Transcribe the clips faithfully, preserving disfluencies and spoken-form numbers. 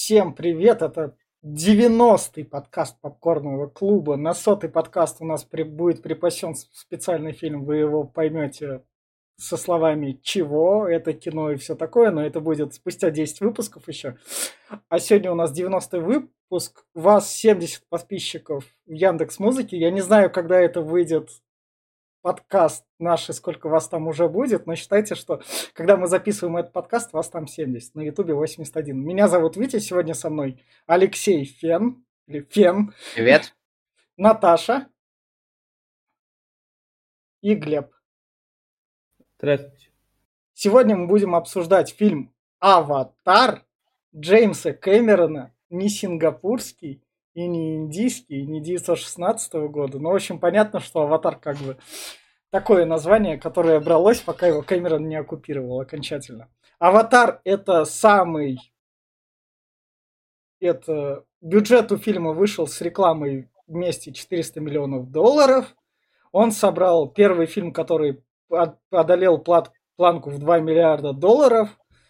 Всем привет, это девяностый подкаст Попкорного клуба. На сотый подкаст у нас при- будет припасен с- специальный фильм, вы его поймете со словами «Чего?», это кино и все такое, но это будет спустя десять выпусков еще. А сегодня у нас девяностый выпуск, у вас семьдесят подписчиков в Яндекс.Музыке. Я не знаю, когда это выйдет подкаст наш, и сколько вас там уже будет, но считайте, что когда мы записываем этот подкаст, вас там семьдесят, на Ютубе восемьдесят один. Меня зовут Витя, сегодня со мной Алексей Фен, или Фен, Привет. Наташа и Глеб. Здравствуйте. Сегодня мы будем обсуждать фильм «Аватар» Джеймса Кэмерона, не сингапурский и не индийский, и не девятьсот шестнадцатого года. Но, в общем, понятно, что «Аватар» как бы такое название, которое бралось, пока его Кэмерон не оккупировал окончательно. «Аватар» — это самый... Это... Бюджет у фильма вышел с рекламой вместе четыреста миллионов долларов. Он собрал первый фильм, который одолел плат... планку в два миллиарда долларов,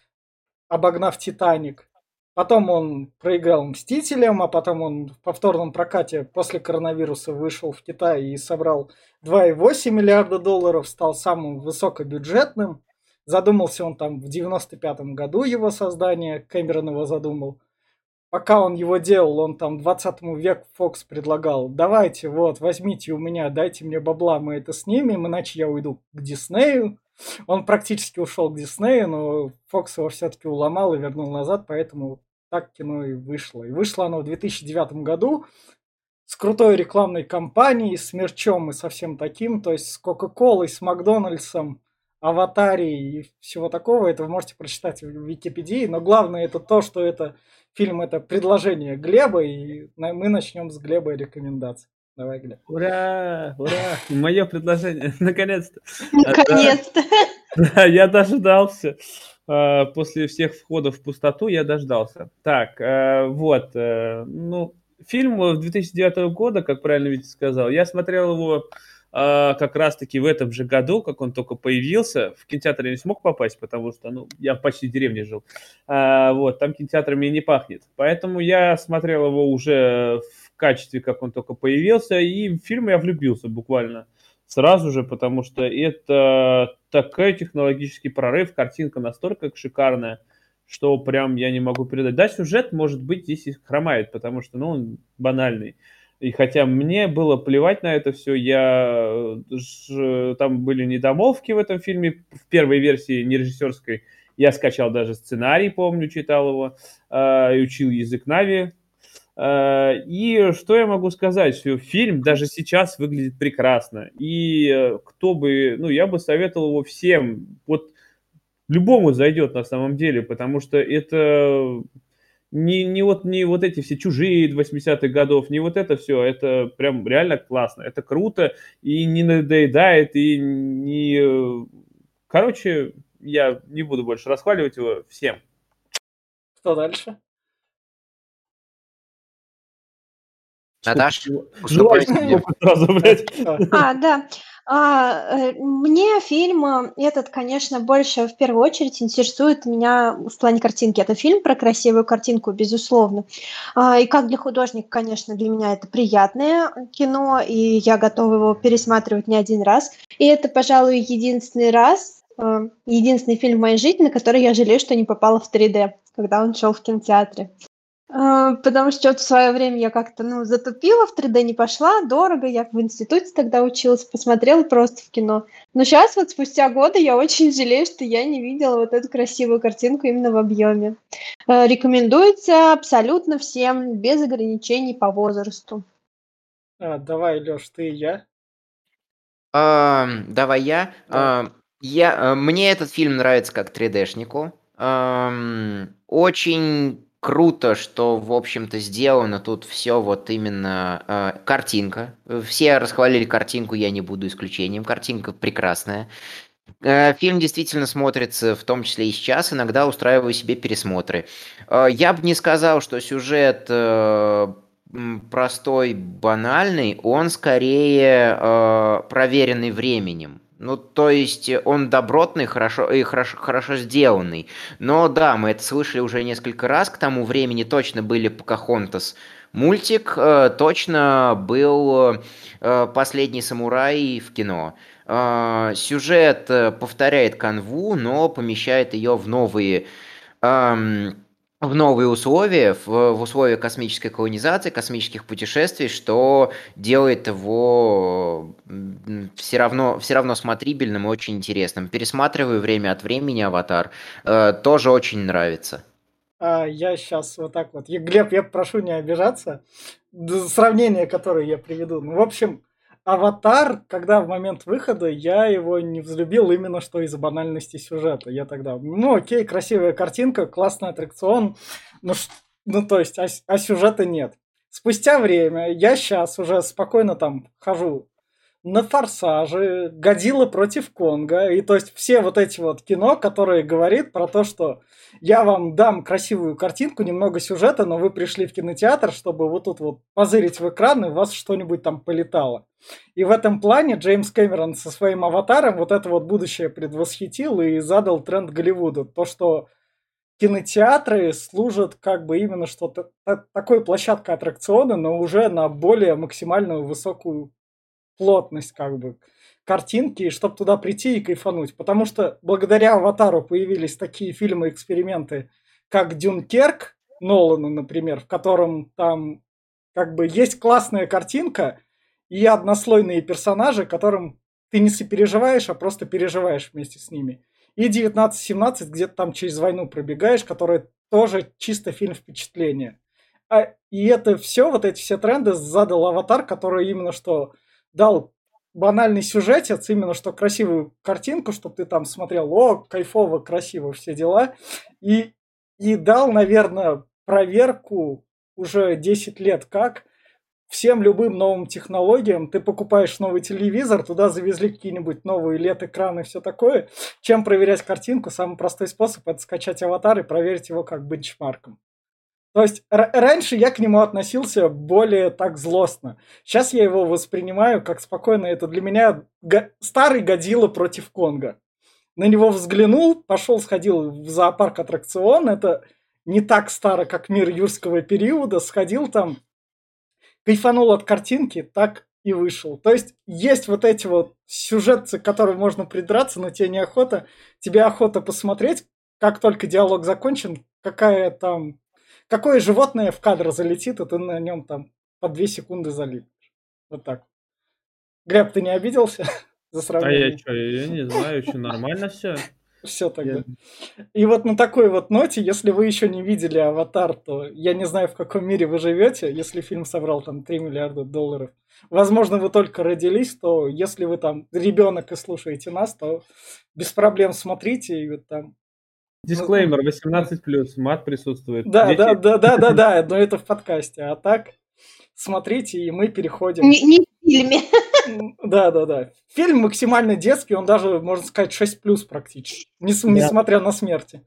обогнав «Титаник». Потом он проиграл «Мстителям», а потом он в повторном прокате после коронавируса вышел в Китай и собрал два и восемь миллиарда долларов, стал самым высокобюджетным. Задумался он там в девяносто пятом году, его создание, Кэмерон его задумал. Пока он его делал, он там двадцатому веку Фокс предлагал: давайте, вот, возьмите у меня, дайте мне бабла, мы это снимем, иначе я уйду к Диснею. Он практически ушел к Диснею, но Фокс его все-таки уломал и вернул назад, поэтому так кино и вышло. И вышло оно в две тысячи девятом году с крутой рекламной кампанией, с мерчом и со всем таким, то есть с Кока-Колой, с Макдональдсом, Аватарией и всего такого. Это вы можете прочитать в Википедии, но главное это то, что это фильм, это предложение Глеба, и мы начнем с Глеба и рекомендаций. Давай, Глеб. Ура! Ура! Мое предложение, наконец-то. Наконец-то. Да, я дождался. А, После всех входов в пустоту я дождался. Так, э, вот. э, Ну, фильм две тысячи девятого года, как правильно Витя сказал, я смотрел его а, как раз-таки в этом же году, как он только появился. В кинотеатр я не смог попасть, потому что, ну, я почти в деревне жил. А, Вот, там кинотеатрами не пахнет. Поэтому я смотрел его уже в качестве, как он только появился, и в фильм я влюбился буквально сразу же, потому что это такой технологический прорыв, картинка настолько шикарная, что прям я не могу передать. Да, сюжет, может быть, здесь и хромает, потому что, ну, он банальный. И хотя мне было плевать на это все, я ж- там были недомолвки в этом фильме, в первой версии, не режиссерской. Я скачал даже сценарий, помню, читал его, э, и учил язык Нави. Э, И что я могу сказать, что фильм даже сейчас выглядит прекрасно. И э, кто бы, ну, я бы советовал его всем, вот любому зайдет на самом деле, потому что это не, не, вот, не вот эти все чужие восьмидесятых годов, не вот это все, это прям реально классно, это круто и не надоедает, и не... э, Короче, я не буду больше расхваливать его всем. Что дальше? Наташ, Ну, уступай ну, тебе. сразу, блядь. А, да. А, э, мне фильм э, этот, конечно, больше в первую очередь интересует меня в плане картинки. Это фильм про красивую картинку, безусловно. А, и как для художника, конечно, для меня это приятное кино, и я готова его пересматривать не один раз. И это, пожалуй, единственный раз, э, единственный фильм в моей жизни, на который я жалею, что не попала в три дэ, когда он шел в кинотеатре. А, потому что чё-то в свое время я как-то, ну, затупила, в три дэ не пошла, дорого. Я в институте тогда училась, посмотрела просто в кино. Но сейчас вот спустя годы я очень жалею, что я не видела вот эту красивую картинку именно в объеме. Э, Рекомендуется абсолютно всем, без ограничений по возрасту. А, давай, Леш, ты и я. Ам, Давай я. Да. Ам, Я, э, мне этот фильм нравится как три дэ-шнику. Ам, Очень круто, что, в общем-то, сделано тут все вот именно э, картинка. Все расхвалили картинку, я не буду исключением. Картинка прекрасная. Э, Фильм действительно смотрится, в том числе и сейчас, иногда устраиваю себе пересмотры. Э, Я бы не сказал, что сюжет э, м, простой, банальный, он скорее э, проверенный временем. Ну, то есть э, он добротный, хорошо и хорошо, хорошо сделанный. Но да, мы это слышали уже несколько раз. К тому времени точно были Покахонтас мультик, э, точно был э, Последний самурай в кино. Э, сюжет э, повторяет канву, но помещает ее в новые ам, в новые условия, в, в условия космической колонизации, космических путешествий, что делает его все равно, все равно смотрибельным и очень интересным. Пересматриваю время от времени «Аватар», э, тоже очень нравится. А я сейчас вот так вот. И, Глеб, я прошу не обижаться. Д- Сравнение, которое я приведу. Ну, в общем, «Аватар», когда в момент выхода, я его не взлюбил именно что из-за банальности сюжета. Я тогда, ну окей, красивая картинка, классный аттракцион, ну, ш- ну то есть, а, с- а сюжета нет. Спустя время я сейчас уже спокойно там хожу на «Форсаже», «Годзилла против Конга». И то есть все вот эти вот кино, которые говорит про то, что я вам дам красивую картинку, немного сюжета, но вы пришли в кинотеатр, чтобы вот тут вот позырить в экран, и у вас что-нибудь там полетало. И в этом плане Джеймс Кэмерон со своим «Аватаром» вот это вот будущее предвосхитил и задал тренд Голливуду. То, что кинотеатры служат как бы именно что-то такой площадкой аттракциона, но уже на более максимальную высокую плотность как бы картинки, чтобы туда прийти и кайфануть. Потому что благодаря «Аватару» появились такие фильмы-эксперименты, как «Дюнкерк» Нолана, например, в котором там как бы есть классная картинка и однослойные персонажи, которым ты не сопереживаешь, а просто переживаешь вместе с ними. И девятнадцать семнадцать, где-то там через войну пробегаешь, которая тоже чисто фильм впечатления. А, и это все, вот эти все тренды задал «Аватар», который именно что дал банальный сюжетец, именно что красивую картинку, чтобы ты там смотрел, о, кайфово, красиво, все дела. И, и дал, наверное, проверку уже десять лет как всем любым новым технологиям. Ты покупаешь новый телевизор, туда завезли какие-нибудь новые лед-экраны и все такое. Чем проверять картинку? Самый простой способ – это скачать «Аватар» и проверить его как бенчмарком. То есть р- раньше я к нему относился более так злостно. Сейчас я его воспринимаю как спокойно. Это для меня га- старый Годзилла против Конга. На него взглянул, пошел, сходил в зоопарк аттракцион. Это не так старо, как «Мир юрского периода». Сходил там, кайфанул от картинки, так и вышел. То есть есть вот эти вот сюжетцы, к которым можно придраться, но тебе неохота. Тебе охота посмотреть, как только диалог закончен, какая там какое животное в кадр залетит, и ты на нем там по две секунды залип. Вот так. Глеб, ты не обиделся за А я сравнение? что, я не знаю, еще нормально все. Все Я... тогда. И вот на такой вот ноте, если вы еще не видели «Аватар», то я не знаю, в каком мире вы живете, если фильм собрал там три миллиарда долларов. Возможно, вы только родились, то если вы там ребенок и слушаете нас, то без проблем смотрите. И вот там... Дисклеймер восемнадцать плюс, мат присутствует. Да, да, Дети. да, да, да, да, но это в подкасте. А так, смотрите, и мы переходим. Не, не в фильме. М, Да, да, да. Фильм максимально детский, он даже, можно сказать, шесть плюс практически, нес- Да. несмотря на смерти.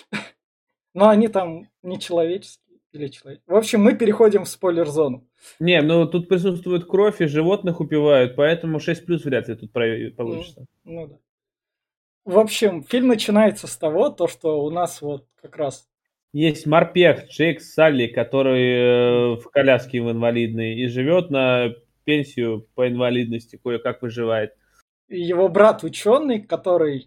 Но они там нечеловеческие или человек. В общем, мы переходим в спойлер-зону. Не, ну тут присутствует кровь и животных убивают, поэтому шесть плюс вряд ли тут про- М, получится. Ну да. В общем, фильм начинается с того, то, что у нас вот как раз Есть морпех Джейк Салли, который э, в коляске в инвалидной и живет на пенсию по инвалидности, кое-как выживает. его брат ученый, который...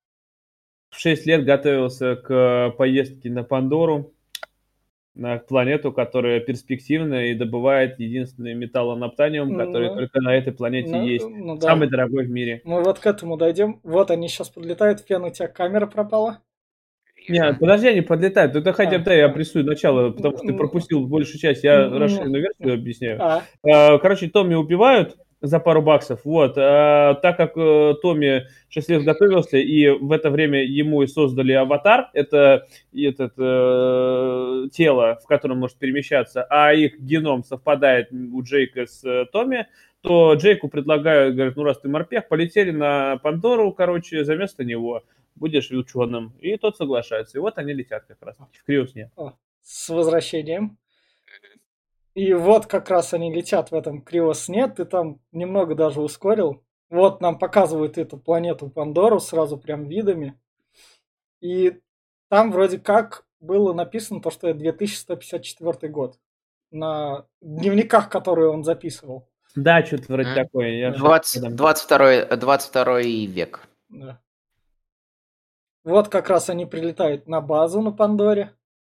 В шесть лет готовился к поездке на Пандору, на планету, которая перспективная и добывает единственный металлонаптаниум, который Ну, только на этой планете ну, есть. ну да, Самый дорогой в мире. мы вот к этому дойдем. Вот они сейчас подлетают, Фен, у тебя камера пропала. Не, подожди, они подлетают. Это хотя А, бы да, я а. обрисую начало, потому что ты М, пропустил большую часть. Я м, расширенную м, версию объясняю. А, А, Короче, Томми убивают за пару баксов, вот. А, так как э, Томми шесть лет готовился, и в это время ему и создали аватар, это этот, э, тело, в котором может перемещаться, а их геном совпадает у Джейка с э, Томми, то Джейку предлагают, говорят, ну раз ты морпех, полетели на Пандору, короче, за место него будешь ученым. И тот соглашается. И вот они летят как раз в криосне. о, с возвращением. И вот как раз они летят в этом криосне, ты там немного даже ускорил. Вот нам показывают эту планету Пандору сразу прям видами. И там вроде как было написано то, что это две тысячи сто пятьдесят четвёртый год. На дневниках, которые он записывал. Да, что-то вроде М. такое. Я щас двадцать, подам. двадцать второй, двадцать второй век. Да. Вот как раз они прилетают на базу на Пандоре.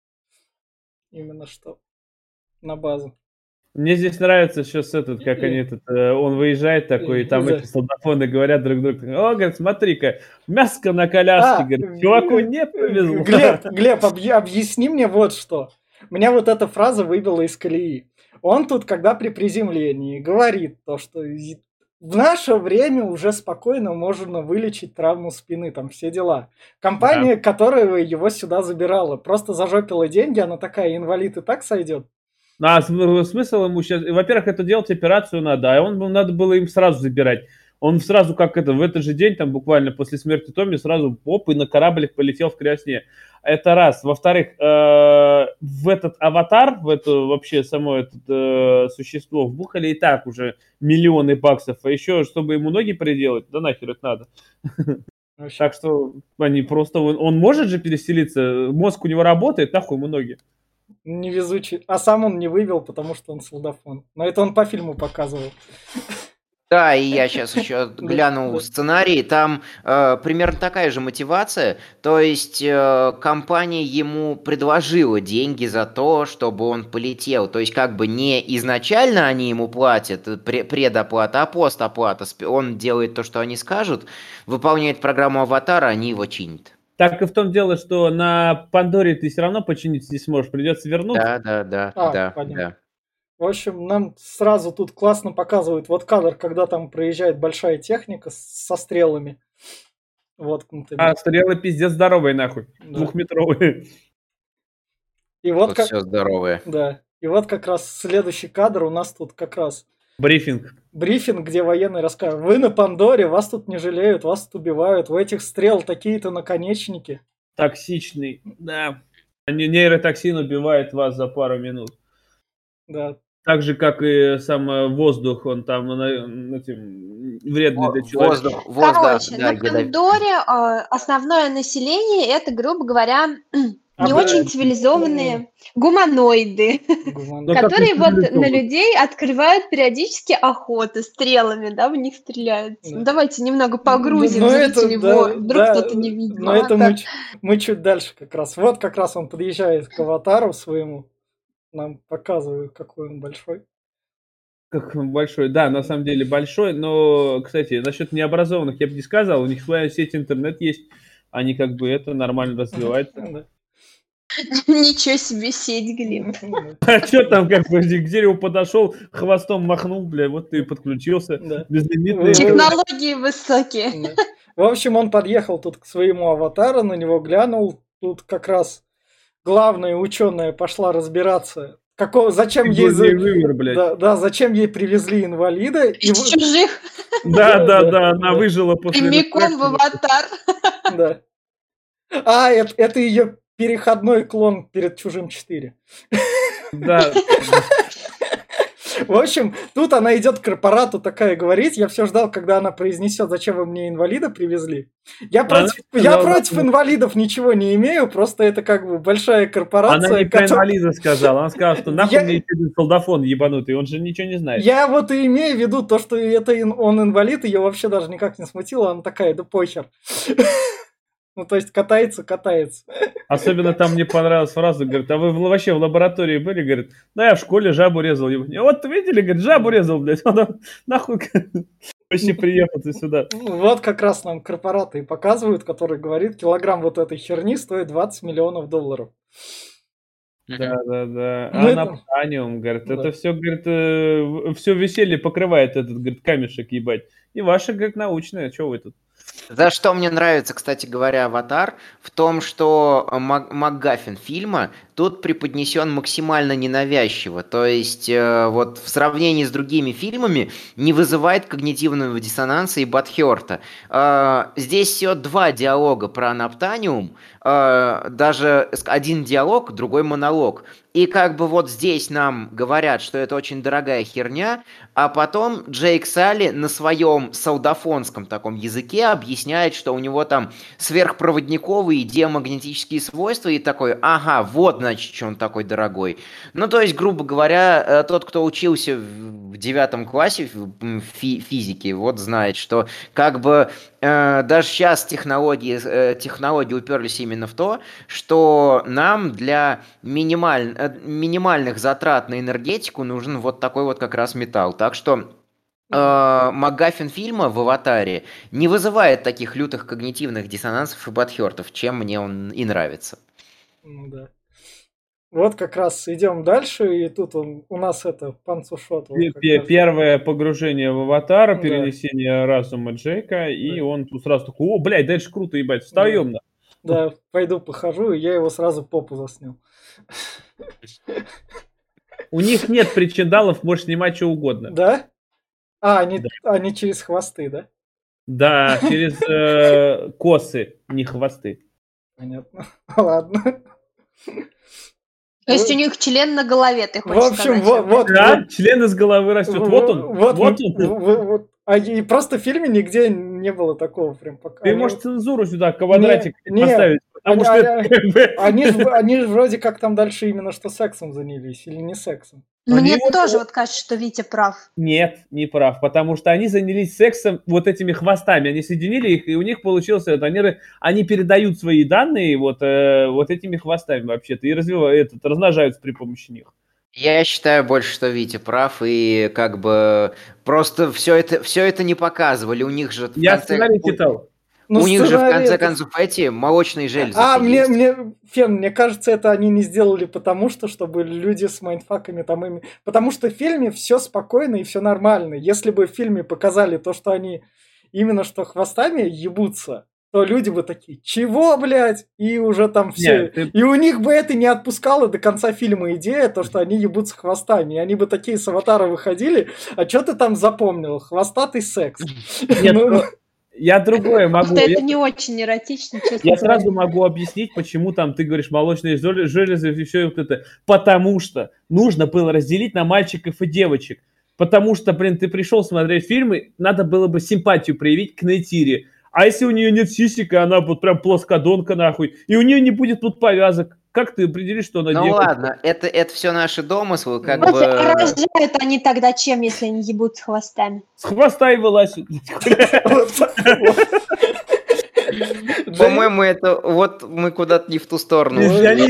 Именно что на базу. Мне здесь нравится сейчас этот, как И- они этот, э, он выезжает такой, и там Да. эти солдафоны говорят друг другу, о, говорит, смотри-ка, мяско на коляске, А, говорит, чуваку не повезло. Глеб, Глеб, объ- объясни мне вот что. Меня вот эта фраза выбила из колеи. Он тут, когда при приземлении говорит то, что и- в наше время уже спокойно можно вылечить травму спины, там все дела. Компания, которая его сюда забирала, просто зажопила деньги, она такая, инвалид и так сойдет. А см- смысл ему сейчас, во-первых, это делать операцию надо, а он, надо было им сразу забирать. Он сразу, как это, в этот же день, там буквально после смерти Томми, сразу поп и на кораблик полетел в крясне. Это раз. Во-вторых, э, в этот аватар, в это вообще само это э, существо вбухали и так уже миллионы баксов. А еще, чтобы ему ноги приделать, да нахер это надо. Вообще. Так что они просто, он, он может же переселиться, мозг у него работает, нахуй ему ноги. Невезучий. А сам он не вывел, потому что он солдафон. Но это он по фильму показывал. Да, и я сейчас еще глянул да. сценарий, там э, примерно такая же мотивация, то есть э, компания ему предложила деньги за то, чтобы он полетел, то есть как бы не изначально они ему платят, э, пре- предоплата, а постоплата, Сп- он делает то, что они скажут, выполняет программу аватара, они его чинят. Так и в том дело, что на Пандоре ты все равно починить не сможешь, придется вернуться. Да, да, да, А, да, понятно. да. В общем, нам сразу тут классно показывают вот кадр, когда там проезжает большая техника с- со стрелами. Воткнутыми. А стрелы пиздец здоровые, нахуй. Да. Двухметровые. И вот Тут как... все здоровое. Да. И вот как раз следующий кадр у нас тут как раз Брифинг. брифинг, где военные рассказывают. Вы на Пандоре, вас тут не жалеют, вас тут убивают. У этих стрел такие-то наконечники. Токсичный. Да. Не- Нейротоксин убивает вас за пару минут. Да. Так же, как и сам э, воздух, он там на- этим, вредный для Во- человека. Воздух, воздух, Короче, да, на ядов- Пандоре э, основное население это, грубо говоря, не А, очень да. цивилизованные гуманоиды, Гуман. Ну, как которые мы вот цивилизованы. на людей открывают периодически охоты стрелами, да, в них стреляют. Да. Ну, давайте немного погрузим Ну, это, зрителей, да, во, вдруг да, кто-то не видел. Но это аватар. мы, ч- мы чуть дальше как раз. Вот как раз он подъезжает к аватару своему. Нам показывают, какой он большой. Как он большой. Да, на самом деле большой, но, кстати, насчет необразованных я бы не сказал, у них своя сеть интернет есть, они как бы это нормально развиваются. Да. Ничего себе сеть, Глеб. А что там, как бы, к дереву подошел, хвостом махнул, бля, вот ты и подключился. Да. Безлимитный. Технологии высокие. Да. В общем, он подъехал тут к своему аватару, на него глянул. Тут как раз главная ученая пошла разбираться, какого, зачем ей, за- вывер, блядь. да, да, зачем ей привезли инвалида. И Из вот- чужих Да, да, Да, да, она да. выжила после... прямиком в аватар. да. А, это, это ее переходной клон перед Чужим четыре. Да, В общем, тут она идет к корпорату такая говорить. Я все ждал, когда она произнесет, зачем вы мне инвалида привезли. Я Она против, я сказала, против да. инвалидов ничего не имею, просто это как бы большая корпорация. она не про которая- инвалида сказала, она сказала, что нахуй Я- мне этот солдафон ебанутый, он же ничего не знает. Я вот и имею в виду то, что это ин- он инвалид, ее вообще даже никак не смутило. Она такая, да похер. Ну, то есть катается, катается. Особенно там мне понравилась фраза, говорит, а вы в- вообще в лаборатории были? Говорит, ну я в школе жабу резал. Я говорю, вот видели, говорит, жабу резал, блядь. Он нахуй вообще приехал ты сюда. Вот как раз нам корпораты и показывают, который говорит, килограмм вот этой херни стоит двадцать миллионов долларов. Да, да, да. Ну, А это- на Таниум, говорит, Да. это все, говорит, все веселье покрывает этот, говорит, камешек ебать. И ваше, говорит, научное, что вы тут? За что мне нравится, кстати говоря, «Аватар», в том, что Мак- МакГаффин фильма тут преподнесен максимально ненавязчиво. То есть э, вот в сравнении с другими фильмами не вызывает когнитивного диссонанса и бадхёрта. Э, здесь всего два диалога про Анаптаниум, э, даже с- один диалог, другой монолог. и как бы вот здесь нам говорят, что это очень дорогая херня, а потом Джейк Салли на своем солдафонском таком языке объясняет, что у него там сверхпроводниковые диамагнетические свойства, и такой, ага, вот, значит, что он такой дорогой. Ну, то есть, грубо говоря, тот, кто учился в девятом классе в фи- физике, вот знает, что как бы э, даже сейчас технологии, э, технологии уперлись именно в то, что нам для минималь, э, минимальных затрат на энергетику нужен вот такой вот как раз металл. Так что э, МакГаффин фильма в «Аватаре» не вызывает таких лютых когнитивных диссонансов и бадхёртов, чем мне он и нравится. Ну да. Вот как раз идем дальше, и тут он, у нас это панцушот. Вот Первое погружение в «Аватар», да. Перенесение разума Джейка, и да. Он тут сразу такой, о, блядь, дальше круто, ебать, встаем. Да. Да, пойду похожу, и я его сразу попу заснял. У них нет причиндалов, можешь снимать что угодно. Да? А, они, да. они через хвосты, да? Да, через э, косы, не хвосты. Понятно. Ладно. То есть у них член на голове, ты хочешь в общем, сказать? Вот, вот, да, вот, член из головы растет. Вот, вот он. Вот, вот он. Вот, вот. А и просто в фильме нигде не было такого прям пока. Ты они... можешь цензуру сюда, квадратик не, поставить. Они, что они, они, же, они же вроде как там дальше именно что сексом занялись, или не сексом. Мне они тоже вот... вот кажется, что Витя прав. Нет, не прав, потому что они занялись сексом вот этими хвостами, они соединили их, и у них получился, вот, они, они передают свои данные вот, э, вот этими хвостами вообще-то, и развивают, этот, размножаются при помощи них. Я считаю больше, что Витя прав, и как бы просто все это, все это не показывали, у них же... Я конце... сценарий читал. Ну, у них же в конце это... концов эти молочные железы. А, мне, есть. мне, Фен, мне кажется, это они не сделали потому, что чтобы люди с майндфаками там ими... Потому что в фильме все спокойно и все нормально. Если бы в фильме показали то, что они именно что хвостами ебутся, то люди бы такие, чего, блядь? И уже там все... Нет, ты... И у них бы это не отпускало до конца фильма идея, то, что они ебутся хвостами. И они бы такие с «Аватара» выходили, а что ты там запомнил? Хвостатый секс. Нет, ну... Я другое могу. Это я... не очень эротично, честно Я говоря. сразу могу объяснить, почему там ты говоришь молочные железы и все вот это. Потому что нужно было разделить на мальчиков и девочек. Потому что, блин, ты пришел смотреть фильмы, надо было бы симпатию проявить к Нейтере. А если у нее нет сисек, и она вот прям плоскодонка нахуй, и у нее не будет тут повязок, как ты определишь, что она ну делает? Ну ладно, это, это все наши домыслы, как вот бы... рожают они тогда чем, если они ебут с хвостами? С хвоста и вылазят. По-моему, это вот мы куда-то не в ту сторону.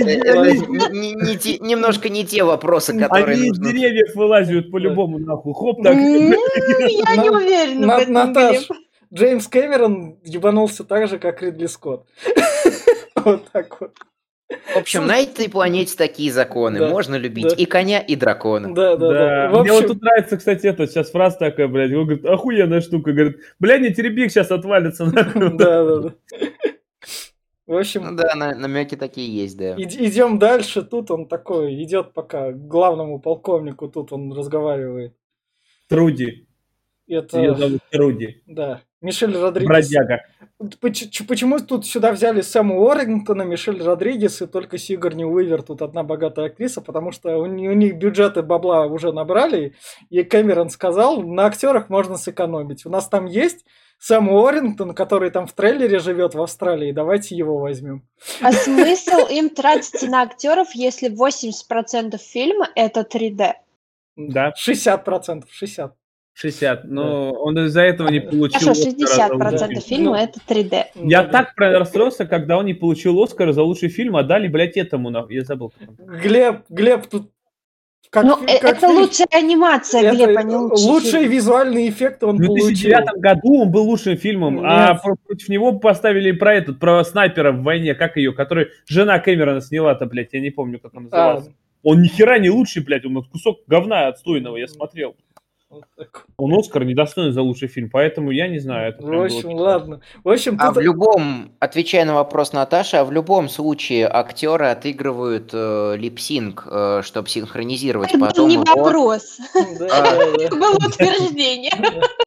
Немножко не те вопросы, которые Они из деревьев вылазят по-любому, нахуй. Хоп, так. Я не уверена в этом. Наташ, Джеймс Кэмерон ебанулся так же, как Ридли Скотт. Вот так вот. В общем, на этой планете такие законы. Да, Можно любить да. и коня, и дракона. Да, да, да. да. Общем... Мне вот тут нравится, кстати, это сейчас фраза такая, блядь. Он говорит, охуенная штука. Говорит, блядь, не тереби, сейчас отвалится. Да, да, да. В общем... Ну да, намеки такие есть, да. Идем дальше. Тут он такой идет пока к главному полковнику. Тут он разговаривает. Труди. Это... Ее зовут Труди. Да. Мишель Родригес. Бродяга. Почему тут сюда взяли Сэма Уоррингтона, Мишель Родригес и только Сигурни Уивер, тут одна богатая актриса, потому что у, у них бюджеты бабла уже набрали, и Кэмерон сказал, на актерах можно сэкономить. У нас там есть Сэм Уоррингтон, который там в трейлере живет в Австралии, давайте его возьмем. А смысл им тратить на актеров, если восемьдесят процентов фильма это три дэ? Да. шестьдесят процентов, шестьдесят. шестьдесят, но да. Он из-за этого не получил Хорошо, шестьдесят процентов фильма ну, это три дэ. Я ну, так да. расстроился, когда он не получил Оскара за лучший фильм, а дали, блядь, этому, я забыл. Глеб, Глеб, тут... Как, ну, как это фильм. Лучшая анимация, это Глеб, а не лучший Лучшие фильм. Визуальные эффекты он получил. В две тысячи девятом году он был лучшим фильмом, Нет. а против него поставили про этот, про снайпера в войне, как ее, который жена Кэмерона сняла-то, блядь, я не помню, как он назывался. А. Он ни хера не лучший, блядь, он кусок говна отстойного, я смотрел. Вот он Оскар недостоин за лучший фильм, поэтому я не знаю. Это в общем, было... ладно. В общем, а тут... в любом, отвечая на вопрос Наташи, а в любом случае актеры отыгрывают э, липсинг, э, чтобы синхронизировать это потом. Это не его... вопрос. Это было утверждение.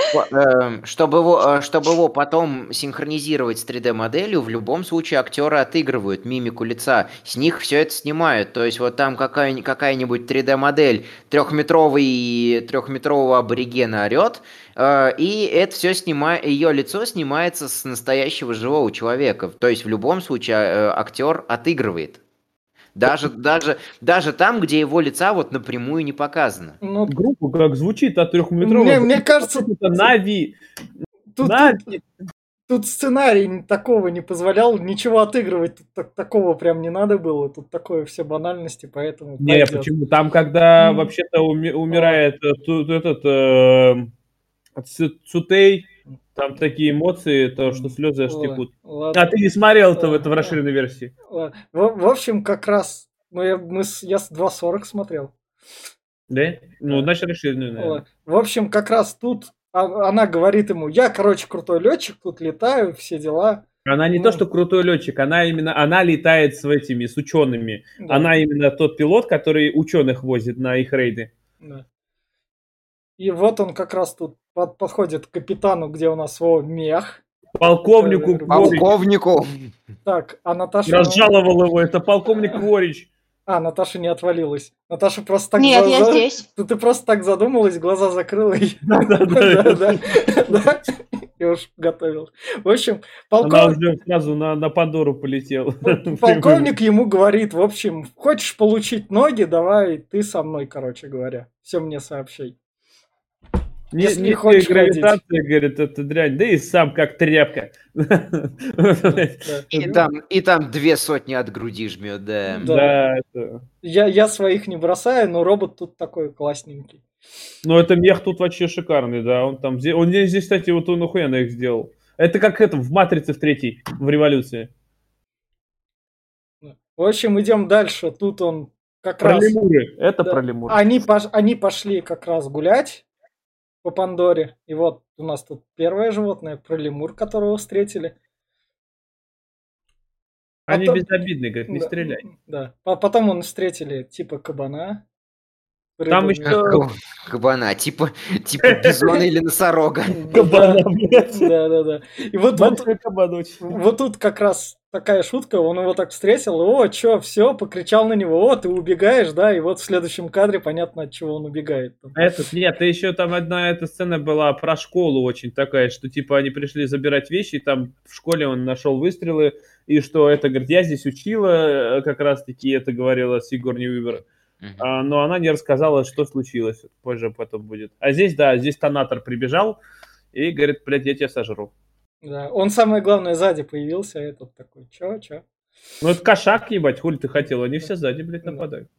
эм, чтобы его, э, чтобы его потом синхронизировать с три дэ-моделью, в любом случае актеры отыгрывают мимику лица. С них все это снимают. То есть вот там какая- какая-нибудь три дэ-модель трехметровый, трехметрового аборигена орет, э, и это все снимает, ее лицо снимается с настоящего живого человека. То есть в любом случае э, актер отыгрывает. Даже, даже, даже там, где его лица вот напрямую не показано. Ну, Группу как звучит от мне, трехметрового. мне кажется, Это Нави. тут, Нави. тут, тут сценарий такого не позволял, ничего отыгрывать, тут так- такого прям не надо было, тут такое все банальности, поэтому Не, пойдет. почему? Там, когда М. вообще-то уми- умирает э, тут этот э, Цу- Цутей, там такие эмоции, то, что слезы аж Ладно, текут. ладно, А ты не смотрел это в, Ладно, это в расширенной версии? ладно. В, в общем, как раз ну, я, мы с, я с два сорок смотрел. Да? Ну, Да. значит, расширенную, наверное. Ладно. В общем, как раз тут а- она говорит ему, я, короче, крутой летчик, тут летаю, все дела. Она не Ну. то, что крутой летчик, она именно, она летает с этими, с учеными. Да. Она именно тот пилот, который ученых возит на их рейды. Да. И вот он как раз тут под- подходит к капитану, где у нас его мех. Полковнику Э, Кворич. Полковнику. Так, а Наташа... ну, Разжаловал его, это полковник Кворич. А, Наташа не отвалилась. Наташа просто так... Нет, за- я за- здесь. Ты, ты просто так задумалась, глаза закрыла и... Да-да-да. Да, да, да. И уж готовил. В общем, Она полковник... уже сразу на, на Пандору полетела. Полковник ему говорит, в общем, хочешь получить ноги, давай ты со мной, короче говоря. Все мне сообщай. Не, Если не хочешь ты, гравитация, говорит, это дрянь. Да и сам как тряпка. Да, И там, и там две сотни от груди жмет, да. Да. Да, это... Я, я своих не бросаю, но робот тут такой классненький. Ну, это мех тут вообще шикарный, да. Он там, зе- он здесь, кстати, вот он охуенно их сделал. Это как это в Матрице в третьей, в Революции. В общем, идем дальше. Тут он как Про раз... лемуры. Это Да. про лемуры. Они, пош- они пошли как раз гулять по Пандоре. И вот у нас тут первое животное, про лемур, которого встретили. Они потом- безобидные, говорят, не Да, стреляй. Да. По- Потом он встретили типа кабана. Там Рыбу- еще- Каб- Кабана, типа, типа бизона или носорога. Кабана, блядь. Да, да, да. И вот, вот, Большой кабаночек. вот тут как раз такая шутка, он его так встретил, о, чё, все, покричал на него, о, ты убегаешь, да, и вот в следующем кадре понятно, от чего он убегает. там. Этот, нет, и еще там одна эта сцена была про школу очень такая, что типа они пришли забирать вещи, и там в школе он нашел выстрелы, и что это, говорит, я здесь учила, э, как раз таки это говорила Сигурни Уивер. Мгм. А, но она не рассказала, что случилось. Позже потом будет. А здесь, да, здесь тонатор прибежал и говорит, блядь, я тебя сожру. Да. Он самое главное сзади появился, а этот такой, чё, чё. Ну это кошак, ебать, хули ты хотел, они все сзади, блядь, Да. нападают.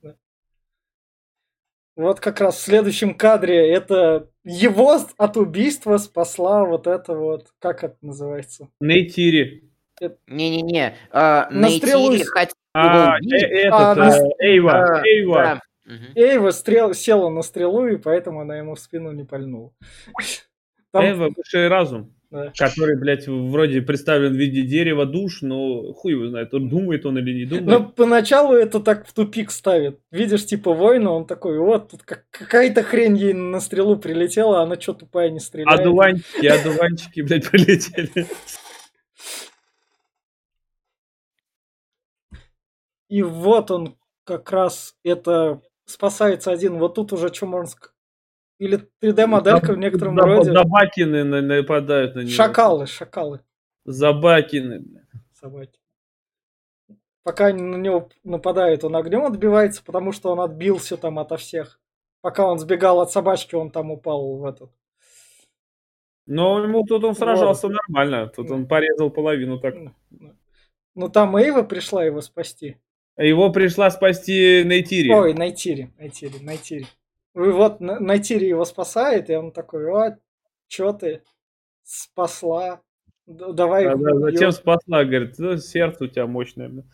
Вот как раз в следующем кадре это его от убийства спасла вот это вот, как это называется? Нейтири. Не-не-не, а, На стрелу Нейтири из- хотел А, его э- убить. этот, А, э, нас- Эйва, а, Эйва. да. Мгм. Эйва стрел... села на стрелу, и поэтому она ему в спину не пальнула. Там- Эйва, высший разум, да. который, блядь, вроде представлен в виде дерева душ, но хуй его знает, он думает он или не Но думает. поначалу это так в тупик ставит. Видишь, типа воина, он такой, вот, тут как- какая-то хрень ей на стрелу прилетела, а она что тупая не стреляет. Одуванчики, одуванчики, блядь, полетели. И вот он как раз это спасается один. Вот тут уже что можно сказать? Или три дэ-моделька в некотором Заб- роде. Забакины на- нападают на него. Шакалы, шакалы, Забакины. собаки. Пока они на него нападают, он огнем отбивается, потому что он отбился там ото всех. Пока он сбегал от собачки, он там упал в этот. Но ему тут он сражался нормально. Тут он порезал половину так. Ну там Эйва пришла его спасти. Его пришла спасти Нейтири. Ой, Найтири, Найтири, Найтири. И вот Н- Найтири его спасает, и он такой, о, чё ты спасла? Д- Давай. Да, да, убьём». зачем спасла? Говорит, ну, сердце у тебя мощное. бля.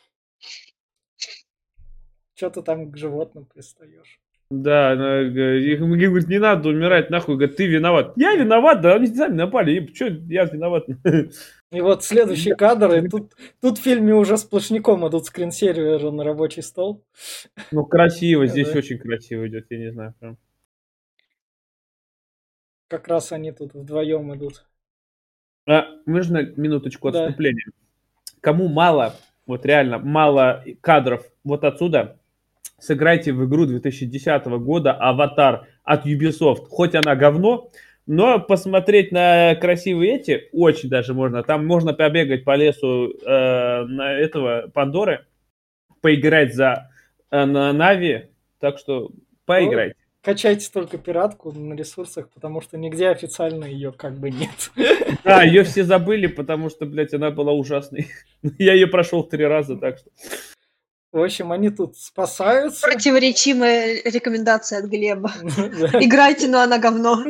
Чё ты там к животным пристаешь? Да, она говорит, их- ему говорит, не надо умирать, нахуй. Говорит, ты виноват. Я виноват, да, они сами напали. Че, я виноват? И вот следующий кадр, и тут, тут в фильме уже сплошняком идут скринсерверы на рабочий стол. Ну, красиво, здесь Да. очень красиво идет, я не знаю. Прям. как раз они тут вдвоем идут. А, можно минуточку Да. отступления? Кому мало, вот реально мало кадров вот отсюда, сыграйте в игру две тысячи десятого года «Аватар» от Ubisoft. Хоть она говно, но посмотреть на красивые эти очень даже можно. Там можно побегать по лесу э, на этого Пандоры, поиграть за э, на Нави, так что поиграйте. Качайте только пиратку на ресурсах, потому что нигде официально ее как бы нет. Да, ее все забыли, потому что, блядь, она была ужасной. Я ее прошел три раза, так что... В общем, они тут спасаются. Противоречимая рекомендация от Глеба. Да. Играйте, но она говно.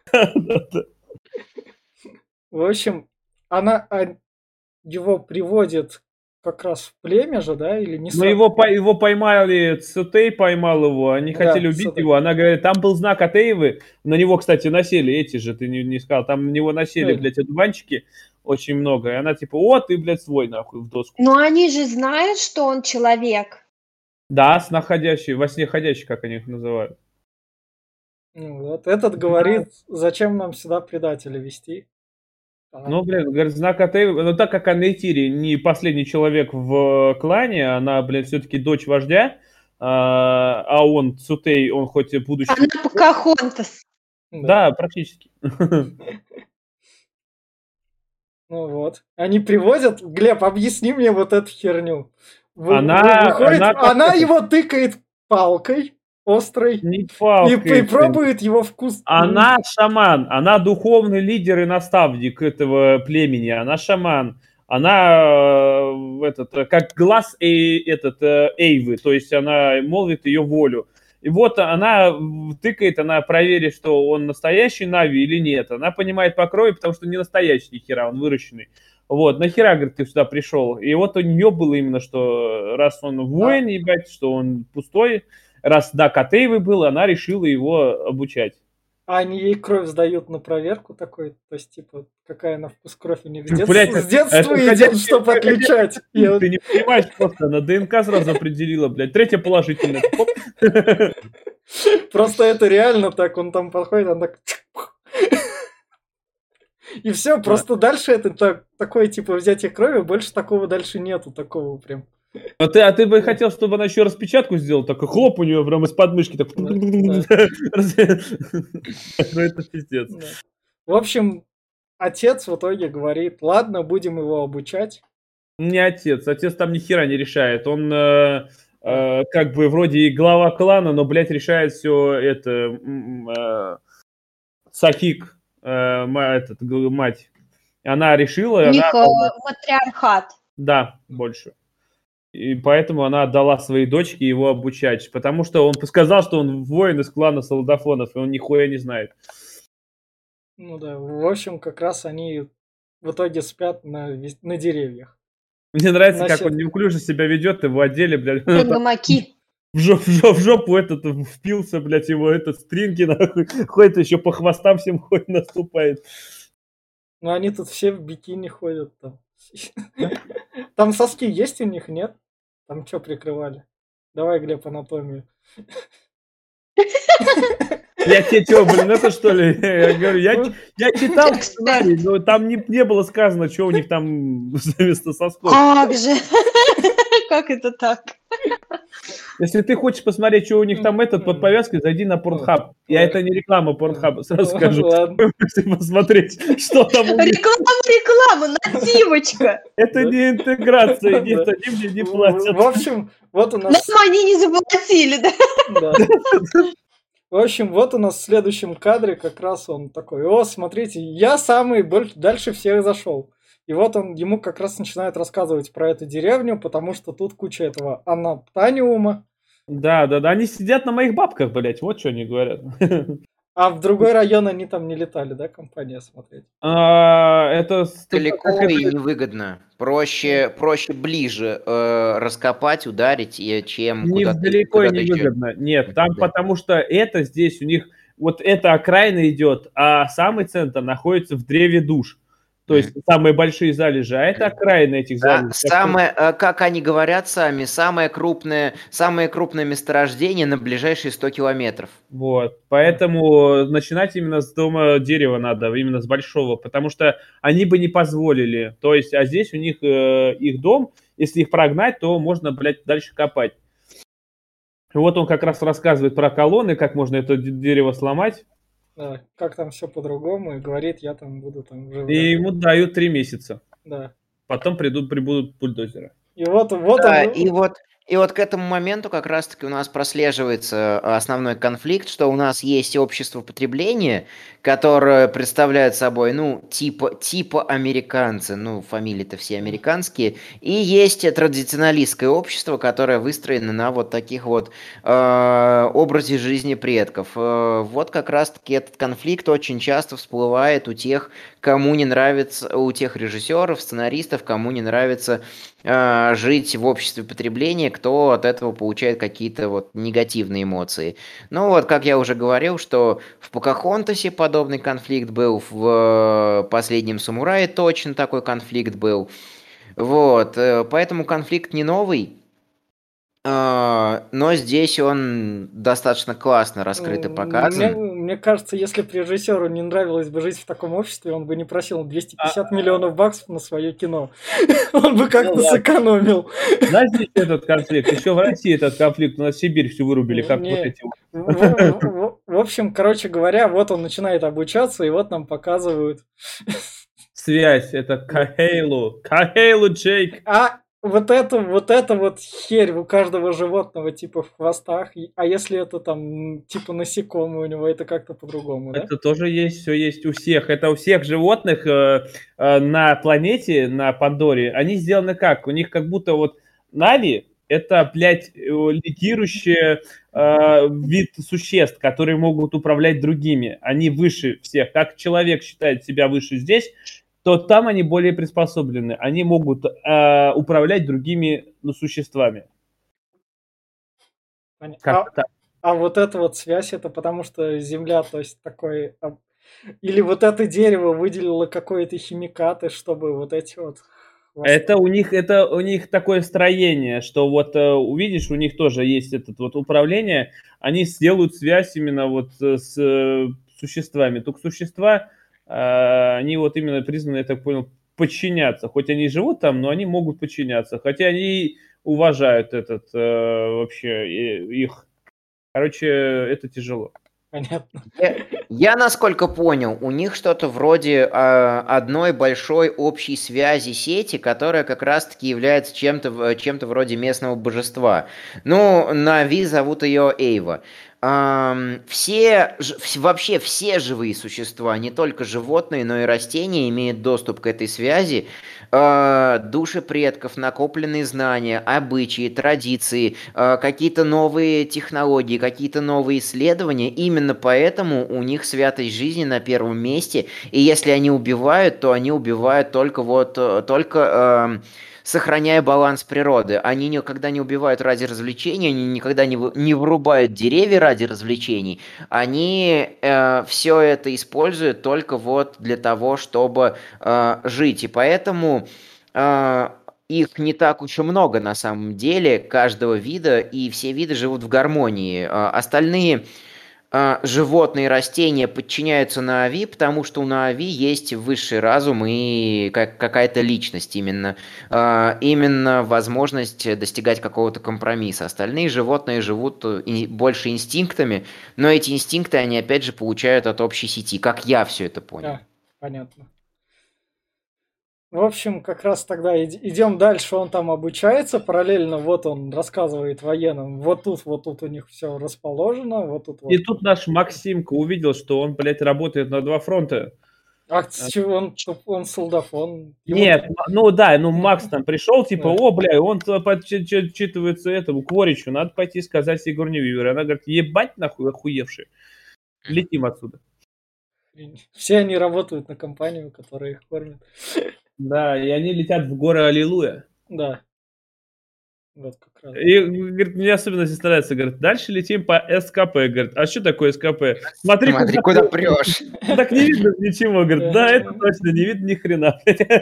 В общем, она а, его приводит как раз в племя же, да, или не Но сам? его, по- его поймали, Цутей поймал его, они Да, хотели убить Цутей. его. Она говорит, там был знак от Эйвы, на него, кстати, насели эти же, ты не, не сказал, там на него насели, Эй. блядь, одуванчики очень много. И она типа, о, ты, блядь, свой, нахуй, в доску. Но они же знают, что он человек. Да, снаходящий, во сне ходящий, как они их называют. Ну вот, этот говорит, зачем нам сюда предателя вести? А, Ну, блин, говорит, знак от Эйвы, ну так как Аннейтири не последний человек в клане, она, блядь, все-таки дочь вождя, а, а он, Цутей, он хоть и будущий... Она Покахонтас. Да, практически. Ну вот. Они привозят. Глеб, объясни мне вот эту херню. Вы- Она- вы- выходит, она она, как это? его тыкает палкой острой Не и, палкой, и блин. пробует его вкус. Она шаман, она духовный лидер и наставник этого племени, она шаман, она э, этот, э, как глаз э, этот, э, Эйвы, то есть она молвит ее волю. И вот она тыкает, она проверит, что он настоящий Нави или нет. Она понимает по крови, потому что не настоящий ни хера, он выращенный. Вот, нахера, говорит, ты сюда пришел? И вот у нее было именно, что раз он воин, ебать, что он пустой, раз да, Котейвы был, она решила его обучать. А они ей кровь сдают на проверку такой, то есть, типа, какая на вкус кровь у них с, детства- Блядь, с детства это идет, ходячий- чтобы отличать. Я вот- Ты не понимаешь просто, на ДНК сразу определила, блядь. Третья положительная. Оп. Просто это реально так, он там подходит, он так... И все, просто дальше это так- такое, типа, взятие крови, больше такого дальше нету, такого прям. А ты, а ты бы хотел, чтобы она еще распечатку сделала, так и хлоп у нее прям из подмышки. Так... Да, Ну это пиздец. Да. В общем, отец в итоге говорит, ладно, будем его обучать. Не отец, отец там ни хера не решает. Он э, э, как бы вроде и глава клана, но, блядь, решает все это м, э, Сахик, э, ма- этот, г- мать. Она решила, и У них она, э, матриархат. да, больше. И поэтому она отдала своей дочке его обучать. Потому что он сказал, что он воин из клана солдафонов, и он нихуя не знает. Ну да, в общем, как раз они в итоге спят на, вес- на деревьях. Мне нравится, На как сет- он неуклюже себя ведет, и в отделе, блядь, Гамаки. в жоп- в жоп- в жопу этот впился, блядь, его этот стринги, нахуй. Ходит еще по хвостам всем ходит, наступает. Ну они тут все в бикини ходят там. Там соски есть у них, нет? Там что прикрывали? Давай, Глеб, анатомию. Я тебе что, блин, это что ли? Я говорю, я, ч- я читал сценарий, но там не, не было сказано, что у них там вместо сосков. Как же? Как это так? Если ты хочешь посмотреть, что у них там этот под повязкой, зайди на Pornhub. Я это не реклама Pornhub, сразу скажу. Ладно. Вы можете посмотреть, что там у них. Реклама, реклама, нативочка. Это не интеграция, Да. нет, они мне не В платят. в общем, вот у Нам нас... они не заплатили, да? Да. В общем, вот у нас в следующем кадре как раз он такой, о, смотрите, я самый больше дальше всех зашел. И вот он ему как раз начинает рассказывать про эту деревню, потому что тут куча этого анаптаниума, Да, да, да, они сидят на моих бабках, блядь, вот что они говорят. а в другой район они там не летали, да, компания смотреть? А, Это с- Далеко как это- и невыгодно. Проще, проще ближе э, раскопать, ударить, и чем не куда-то далеко и куда-то ещё. невыгодно. Нет, там Да. потому что это здесь у них, вот эта окраина идет, а самый центр находится в древе душ. То есть Мгм. самые большие залежи, а это окраины этих Са- залежей. Так что Самое, э, как они говорят сами, самое крупное, самое крупное месторождение на ближайшие сто километров. вот, поэтому начинать именно с дома дерева надо, именно с большого, потому что они бы не позволили. То есть, а здесь у них э, их дом, если их прогнать, то можно, блядь, дальше копать. Вот он как раз рассказывает про колонны, как можно это д- дерево сломать, Да, как там все по-другому, и говорит, я там буду там жив. и ему дают три месяца. Да. Потом придут, прибудут бульдозеры. И вот, вот Да, он, и вот, и вот к этому моменту как раз-таки у нас прослеживается а, основной конфликт, что у нас есть общество потребления, которое представляет собой, ну, типа, типа американцы, ну, фамилии-то все американские, и есть традиционалистское общество, которое выстроено на вот таких вот э, образе жизни предков. Э, вот как раз-таки этот конфликт очень часто всплывает у тех, кому не нравится, у тех режиссеров, сценаристов, кому не нравится а, жить в обществе потребления, кто от этого получает какие-то вот негативные эмоции. Ну вот, как я уже говорил, что в Покахонтасе подобный конфликт был, в э, «Последнем самурае» точно такой конфликт был. Вот, э, поэтому конфликт не новый, а, но здесь он достаточно классно раскрыт и Мне, показан. мне кажется, если бы режиссеру не нравилось бы жить в таком обществе, он бы не просил двести А, пятьдесят миллионов баксов на свое кино. Он бы ну как-то ладно. сэкономил. Знаете еще этот конфликт? Еще в России этот конфликт, у нас Сибирь всю вырубили, как вот Не, эти вот. в, в- в- в общем, короче говоря, вот он начинает обучаться, и вот нам показывают. Связь, это Кахейлу. Кахейлу, Джейк. А вот это, вот это вот херь у каждого животного типа в хвостах. И- А если это там м, типа насекомые у него, это как-то по-другому, да? Это тоже есть, все есть у всех. Это у всех животных э, э, на планете, на Пандоре, они сделаны как? У них как будто вот Нави, это, блядь, э, лидирующий э, вид существ, которые могут управлять другими. Они выше всех. Как человек считает себя выше здесь, то там они более приспособлены. Они могут э, управлять другими ну, существами. Поня- Как-то А, так. а вот эта вот связь, это потому что Земля, то есть такой... а, или вот это дерево выделило какие-то химикаты, чтобы вот эти вот Это хвосты. у них, это у них такое строение, что вот э, увидишь, у них тоже есть этот вот управление, они сделают связь именно вот э, с э, существами. Только существа, э, они вот именно признаны, я так понял, подчиняться. Хоть они и живут там, но они могут подчиняться. Хотя они уважают этот э, вообще э, их. Короче, это тяжело. Понятно. Я, я, насколько понял, у них что-то вроде а, одной большой общей связи сети, которая как раз-таки является чем-то в- чем-то вроде местного божества. Ну, на Ви зовут ее Эйва. Ам, все, ж- вс- вообще все живые существа, не только животные, но и растения, имеют доступ к этой связи. А, души предков, накопленные знания, обычаи, традиции, а, какие-то новые технологии, какие-то новые исследования. Именно поэтому у них святость жизни на первом месте. И если они убивают, то они убивают только вот э, только эм, сохраняя баланс природы. Они никогда не убивают ради развлечений, они никогда не, вы- не вырубают деревья ради развлечений. Они все это используют только вот для того, чтобы э, жить. И поэтому э, их не так уж и много на самом деле, каждого вида, и все виды живут в гармонии. А, Остальные а, животные и растения подчиняются Наави, потому что у Наави есть высший разум и как, какая-то личность именно. А, именно возможность достигать какого-то компромисса. Остальные животные живут э, и больше инстинктами, но эти инстинкты они опять же получают от общей сети, как я все это понял. Да, понятно. В общем, как раз тогда иди- идем дальше, он там обучается, параллельно вот он рассказывает военным, вот тут, вот тут у них все расположено, вот тут И вот. тут наш Максимка увидел, что он, блядь, работает на два фронта. А с чего он, туп- он солдафон? Ему-то... Нет, м- ну да, ну Макс там пришел, типа, Да. о, бля, он туда подчитывается этому, Кворичу, надо пойти сказать Сигурни Вивер. Она говорит, ебать нахуй охуевший, летим отсюда. Все они работают на компанию, которая их кормит. Да, и они летят в горы Аллилуйя. Да. Вот как раз. И, говорит, мне особенно здесь нравится, говорит, дальше летим по СКП. Говорит, а что такое СКП? Смотри, Смотри, куда прешь. Так не видно ничего. Говорит, да, это точно, не видно ни хрена.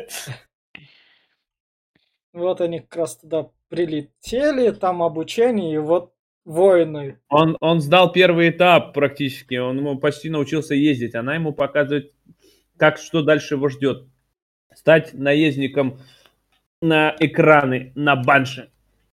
Вот они как раз туда прилетели, там обучение, и вот воины. Он, он сдал первый этап практически, он ему почти научился ездить. Она ему показывает, как, что дальше его ждет. Стать наездником на экраны, на банши.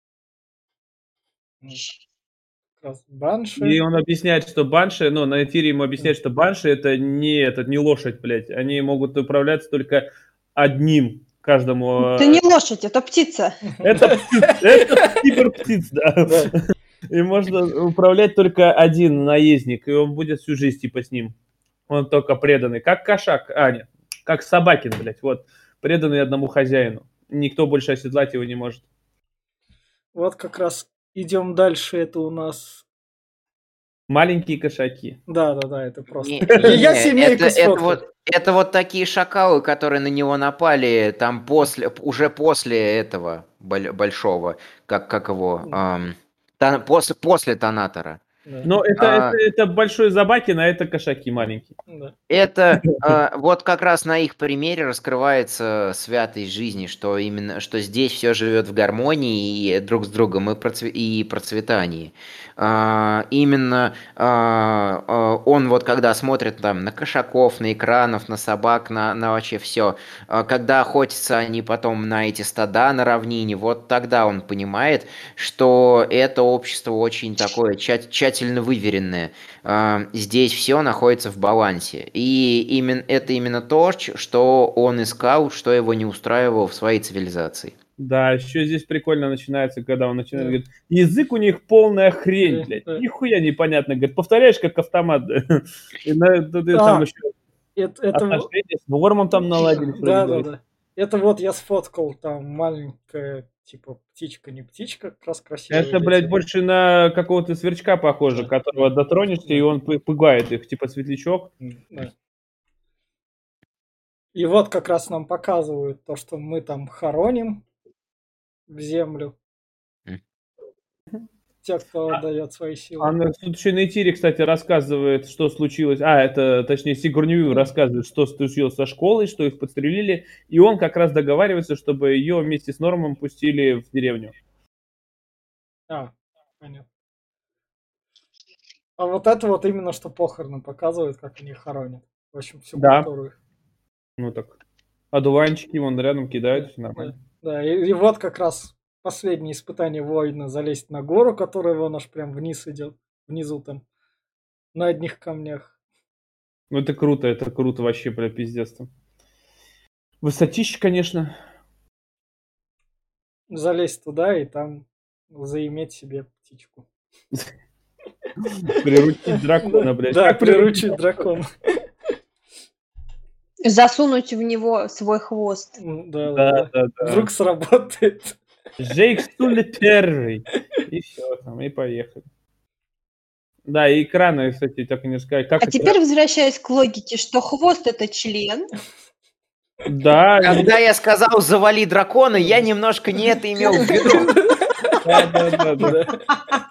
Как раз Банши. И он объясняет, что банши, ну, на эфире ему объясняют, что банши это не, это не лошадь, блядь. Они могут управляться только одним каждому. Это не лошадь, это птица. Это птиц, это киберптиц, да. И можно управлять только один наездник, и он будет всю жизнь типа с ним. Он только преданный, как кошак, а нет, как собакин, блядь, вот, преданный одному хозяину. Никто больше оседлать его не может. Вот как раз идем дальше, это у нас... Маленькие кошаки. Да, да, да, это просто... Не, Я не, семейку это, это сфоткал. вот, это вот такие шакалы, которые на него напали там после, уже после этого боль- большого, как, как его, ам, та- после, после Тонатора. Да, Но это, А. это, это большой Забакин, а это кошаки маленькие. да. Это а, вот как раз на их примере раскрывается святость жизни, что именно, что здесь все живет в гармонии и друг с другом и, процве- и процветании. А, именно а, а, он вот когда смотрит там на кошаков, на экранов, на собак, на, на вообще все, когда охотятся они потом на эти стада на равнине, вот тогда он понимает, что это общество очень такое тща- тщательно выверенное. А, здесь все находится в балансе. И именно, это именно то, ч- что он искал, что его не устраивало в своей цивилизации. Да, еще здесь прикольно начинается, когда он начинает, Да. говорит, язык у них полная хрень, Да, блядь, да. нихуя непонятно, говорит, повторяешь как автомат, да. И на- ты- ты там А, еще Это, это вот- отношения с Вормом там наладились. да, вроде да, бы. да. Это вот я сфоткал там маленькая, типа, птичка, не птичка, как раз красивая. Это, блядь, больше на какого-то сверчка похоже, Да. которого дотронешься, и он пы- пугает их, типа светлячок. Да. И вот как раз нам показывают то, что мы там хороним в землю. М. Те, кто отдает свои силы. Он тут еще на эфире, кстати, рассказывает, что случилось. А, это, точнее, Сигурни Уивер рассказывает, что случилось со школой, что их подстрелили. И он как раз договаривается, чтобы ее вместе с Нормом пустили в деревню. А, понятно. А вот это вот именно что похороны показывают, как они хоронят. В общем, всю Да. культуру их. Ну так. Одуванчики вон рядом кидают, все нормально. Да, и, и вот как раз последнее испытание воина залезть на гору, которая вон аж прям вниз идет. Внизу там, на одних камнях. Ну это круто, это круто вообще, бля, пиздец там. Высотища, конечно. Залезть туда и там заиметь себе птичку. Приручить дракона, блядь. Да, Как приручить дракона. Засунуть в него свой хвост. Ну, Да, Да, да, да. да, да. Вдруг сработает. Жейк Стуле первый. И все, там, и поехали. Да, и экраны, кстати, так и не сказать. Как А это- теперь возвращаясь к логике, что хвост это член. Да, Когда я сказал «завали дракона», я немножко не это имел в виду. да, да, да, да.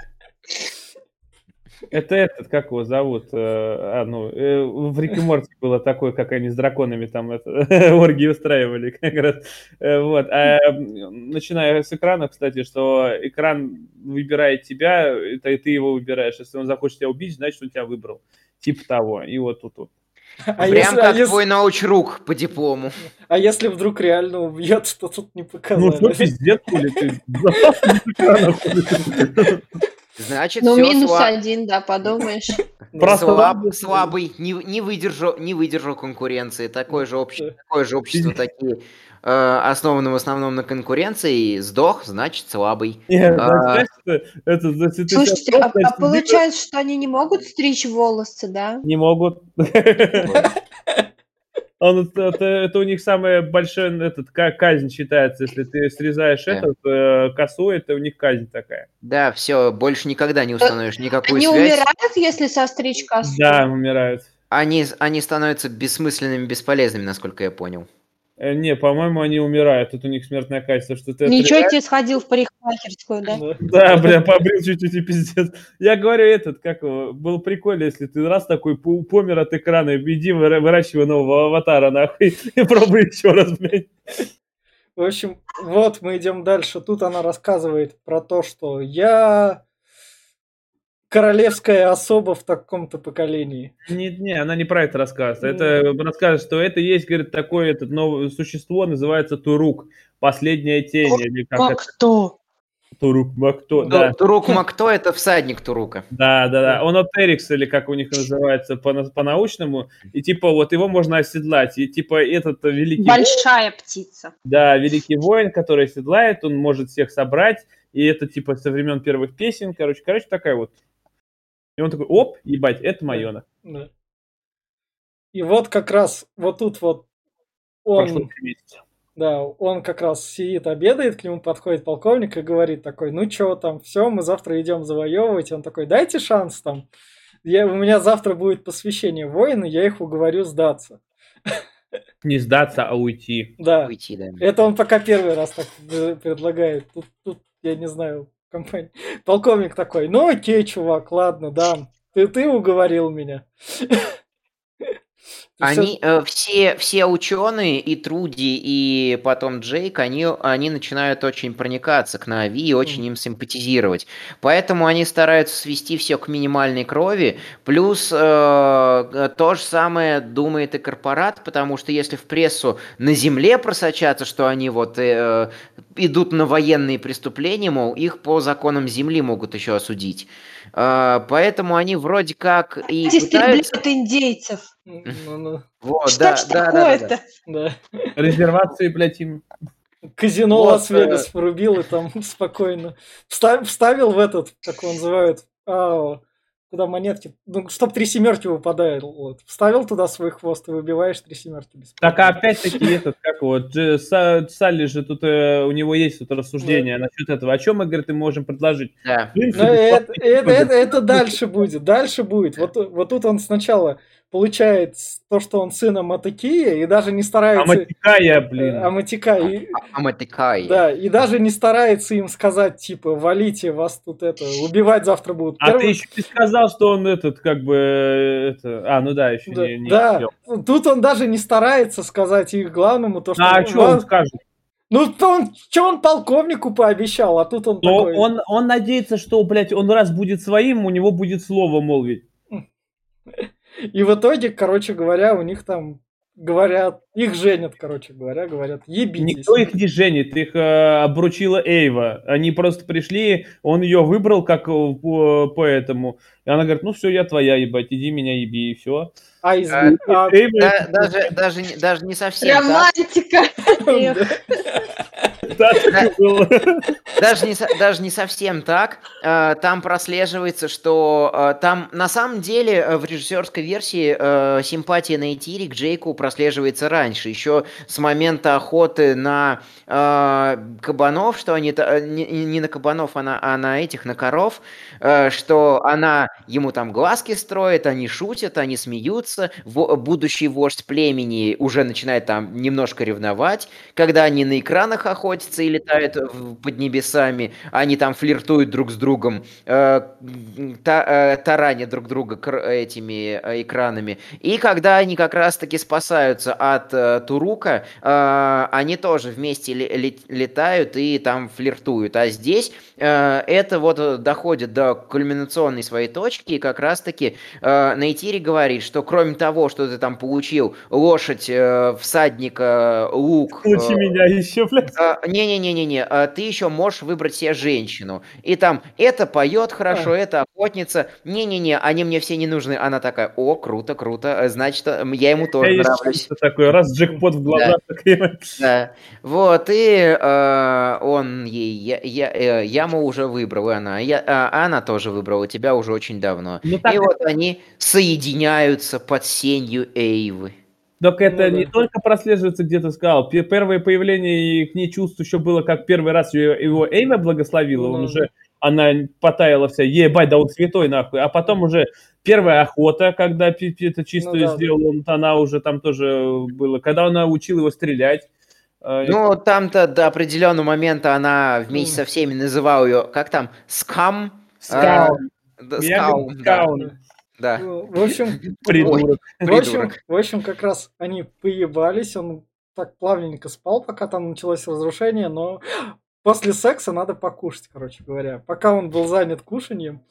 Это этот, как его зовут? э, А, ну, э, в Рике и Морти было такое, как они с драконами там это, оргии устраивали как раз. Э, Вот. А, м, начиная с экрана, кстати, что экран выбирает тебя, это и ты его выбираешь. Если он захочет тебя убить, значит, он тебя выбрал. Типа того. И вот тут вот. А Прям если, а, как если, твой научрук по диплому. а если вдруг реально убьет, что тут не Ну, что показали? пиздец, хули ты? Запасный экран, хули. Значит, Ну, все минус один, да, подумаешь. Просто слаб, ладно. слабый, не, не, выдержал, не выдержал конкуренции. Такое же общество, Да. такое же общество такие, э, основано в основном на конкуренции. Сдох, значит слабый. Нет, А. знаешь, это, это, если ты Слушайте, сейчас а, просто, а значит, получается, что они не могут стричь волосы, да? не могут. Он, это, это у них самая большая этот, ка- казнь считается. Если ты срезаешь Да. этот э, косу, это у них казнь такая. Да, все, больше никогда не установишь никакую Они связь. умирают, если состричь косу? Да, умирают. Они, они становятся бессмысленными, бесполезными, насколько я понял. Э, не, по-моему, они умирают. Тут у них смертная казнь. То, что ты Ничего отрезаешь- тебе сходил в парикмахерскую парикмахерскую, да? Да. Да, бля, побрил чуть-чуть и пиздец. Я говорю, этот, как его, было прикольно, если ты раз такой пу- помер от экрана, иди выра- выращивай нового аватара, нахуй, и пробуй еще раз, блядь. В общем, вот мы идем дальше. Тут она рассказывает про то, что я королевская особа в таком-то поколении. Не, не, она не про это рассказывает. Это рассказывает, что это есть, говорит, такое этот новое существо, называется Турук. Последняя тень, или как это? кто? Турук Макто, Ну, да. Турук Макто — это всадник Турука. Да, да, да. Он Отерикс, или как у них называется по- по-научному. И типа вот его можно оседлать. И типа этот великий воин, Большая птица. да, великий воин, который оседлает, он может всех собрать. И это типа со времен первых песен. Короче, короче, такая вот. И он такой, оп, ебать, это мое. Да. И вот как раз вот тут вот Прошло он, три месяца. да, он как раз сидит, обедает, к нему подходит полковник и говорит такой, ну чё там, все, мы завтра идем завоевывать. Он такой, дайте шанс там. Я, у меня завтра будет посвящение воина, я их уговорю сдаться. Не сдаться, а уйти. Да, Уйти, да. это он пока первый раз так э, предлагает. Тут, тут я не знаю, компания. Полковник такой, ну окей, чувак, ладно, да, ты, ты уговорил меня. Ты всё- Они э, все, все ученые, и Труди, и потом Джейк, они, они начинают очень проникаться к Нави и очень им симпатизировать. Поэтому они стараются свести все к минимальной крови. Плюс э, то же самое думает и корпорат, потому что если в прессу на Земле просочатся, что они вот э, идут на военные преступления, мол, их по законам Земли могут еще осудить. Э, поэтому они вроде как и пытаются... Истребляют индейцев. Ну, ну, Вот, Что да, ж да, да, да, да. такое-то? да. Резервации, блядь, им. Казино Вот, Лас-Вегас врубил и там спокойно. Встав- Вставил в этот, как его называют, а, куда монетки, ну, чтоб три семерки выпадают. Вот. Вставил туда свой хвост и выбиваешь три семерки. Так, а опять-таки этот, как вот, Дж- Са- Салли же тут, э, у него есть тут рассуждение насчет этого. О чем мы, говорит, им можем предложить? Да. В принципе, Но это, классный это, фильм, это, это дальше будет, дальше будет. Вот, вот тут он сначала получает то, что он сын Аматакия, и даже не А старается... Матикая, э, блин. Аматика, и- Аматекай. да, и даже не старается им сказать, типа, валите, вас тут это, убивать завтра будут. А ты Первый- еще не сказал, что он этот, как бы, э, это... А, ну да, еще Да, не... не да. успел. Тут он даже не старается сказать их главному то, что... А что вам- он скажет? Ну, то он, что он полковнику пообещал, а тут он Но такой... он, он надеется, что, блядь, он раз будет своим, у него будет слово молвить. И в итоге, короче говоря, у них там говорят, их женят, короче говоря, говорят, ебитесь. Никто их не женит, их э, обручила Эйва. Они просто пришли, он ее выбрал как э, по, по этому. И она говорит, ну все, я твоя, ебать, иди меня еби, и все. А из... А, а- Эйва, Да, даже, даже, не- даже не совсем так. Романтика. Эх. да, так и было. Даже не, со- даже не совсем так. Э, Там прослеживается, что э, там на самом деле э, в режиссерской версии э, симпатия Нейтири к Джейку прослеживается раньше, еще с момента охоты на э, кабанов, что они та- э, не, не на кабанов, а на, а на этих, на коров, э, что она ему там глазки строит, они шутят, они смеются. Во- будущий вождь племени уже начинает там немножко ревновать, когда они на экранах охотятся и летают в- под небесами, они там флиртуют друг с другом, э, та- э, таранят друг друга кр- этими э, экранами. И когда они как раз-таки спасаются от э, Турука, э, они тоже вместе ле- ле- летают и там флиртуют. А здесь э, это вот э, доходит до кульминационной своей точки, и как раз-таки э, Нейтири говорит, что кроме того, что ты там получил лошадь, э, всадника, лук... Получи э, меня еще, блядь. а, Не-не-не-не-не, а, ты еще можешь выбрать себе женщину. И там это поет хорошо, это охотница. Не-не-не, они мне все не нужны. Она такая, о, круто, круто, э, значит, э, м, я ему тоже Есть нравлюсь. что-то такое, раз джекпот в глазах, так и... Да. Вот, и э, он ей, я, я, э, яму уже выбрал, и она, я, а она тоже выбрала тебя уже очень давно. Ну так И вот они соединяются под сенью Эйвы. Так это Ну не да. только прослеживается, где ты сказал. Пе- Первое появление и к ней чувств еще было, как первый раз ее- его Эйва благословила. Он Ну. уже, она потаяла вся, ебать, да он святой нахуй. А потом уже первая охота, когда Пи- Пи это чистую Ну да, сделал, он, она уже там тоже было. Когда она учила его стрелять. Э, Ну, там-то до определенного момента она вместе М. со всеми называла ее, как там, скам? Скаун. Да, Я говорю, скаум, да, скаун. да. Ну, В общем, в, Придурок. в общем, Придурок. в общем, как раз они поебались, он так плавненько спал, пока там началось разрушение, но после секса надо покушать, короче говоря. Пока он был занят кушанием.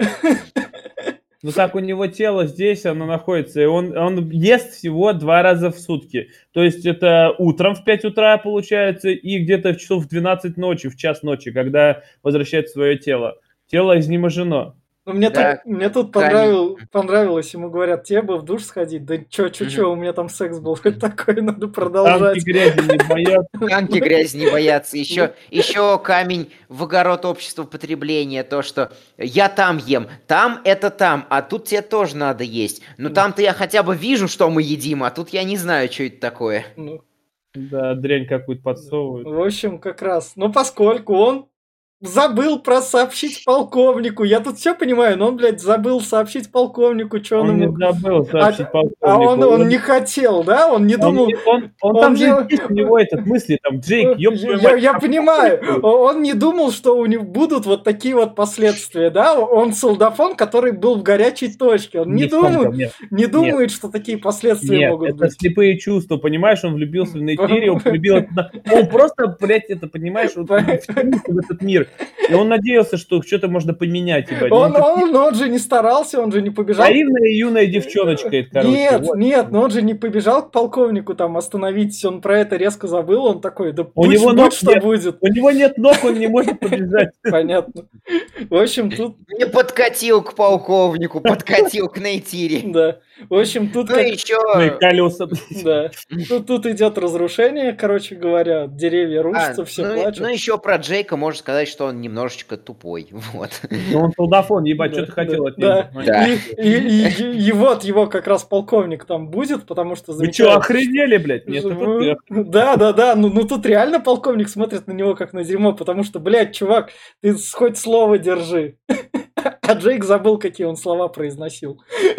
Ну так у него тело здесь, оно находится, и он, он ест всего два раза в сутки. То есть это утром в пять утра получается, и где-то в часов в двенадцать ночи, в час ночи, когда возвращает свое тело. Тело изнеможено. Ну, мне, Да, тут, мне тут камень. понравил, понравилось, ему говорят, тебе бы в душ сходить. Да чё, чё, Мгм. чё, у меня там секс был хоть такой, надо Танки продолжать. грязи не боятся. Танки грязи не боятся. Еще, еще камень в огород общества потребления. То, что я там ем. Там это там, а тут тебе тоже надо есть. Но там-то я хотя бы вижу, что мы едим, а тут я не знаю, что это такое. Ну, Да, дрянь какую-то подсовывают. в общем, как раз. Ну, поскольку он забыл про сообщить полковнику. Я тут все понимаю, но он, блядь, забыл сообщить полковнику, что он, Он не ему... забыл сообщить А, полковнику. а он, он не хотел, да? Он не Он, думал... не- он, он он там же не- есть у него этот мысли, там, Джейк, ёб твою Я, мать. я а понимаю, он не думал, что у него будут вот такие вот последствия, да? Он солдафон, который был в горячей точке. Он не, Не в том-то, думает, нет. не думает, что такие последствия Нет, могут это быть. слепые чувства, понимаешь, он влюбился в Нейтерии, он полюбил это, он просто, блядь, это, понимаешь, он втянулся в этот мир, и он надеялся, что что-то можно поменять, ебать. Он, Он он, но он же не старался, он же не побежал. наивная юная девчоночка, это, короче. Нет, вот. нет, но он же не побежал к полковнику там остановитесь, он про это резко забыл, он такой, да У будь, него будь ног что нет. будет. У него нет ног, он не может побежать. Понятно. В общем, тут, Не подкатил к полковнику, подкатил к Нейтерии. да. В общем, тут Ну как... и Ну и еще... колеса, блядь. Да. Тут, тут идет разрушение, короче говоря, деревья рушатся, все ну, и- плачут. ну еще про Джейка можно сказать, что он немножечко тупой. Вот. Ну он солдафон, ебать, Да, что ты хотел да, от него? да. Да. И, и, и- и вот его как раз полковник там будет, потому что Вы что, замечает... охренели, блядь? Нет, это ты охренел. Да, да, да, ну, ну тут реально полковник смотрит на него как на дерьмо, потому что, блядь, чувак, ты с- хоть слово держи. А Джейк забыл, какие он слова произносил.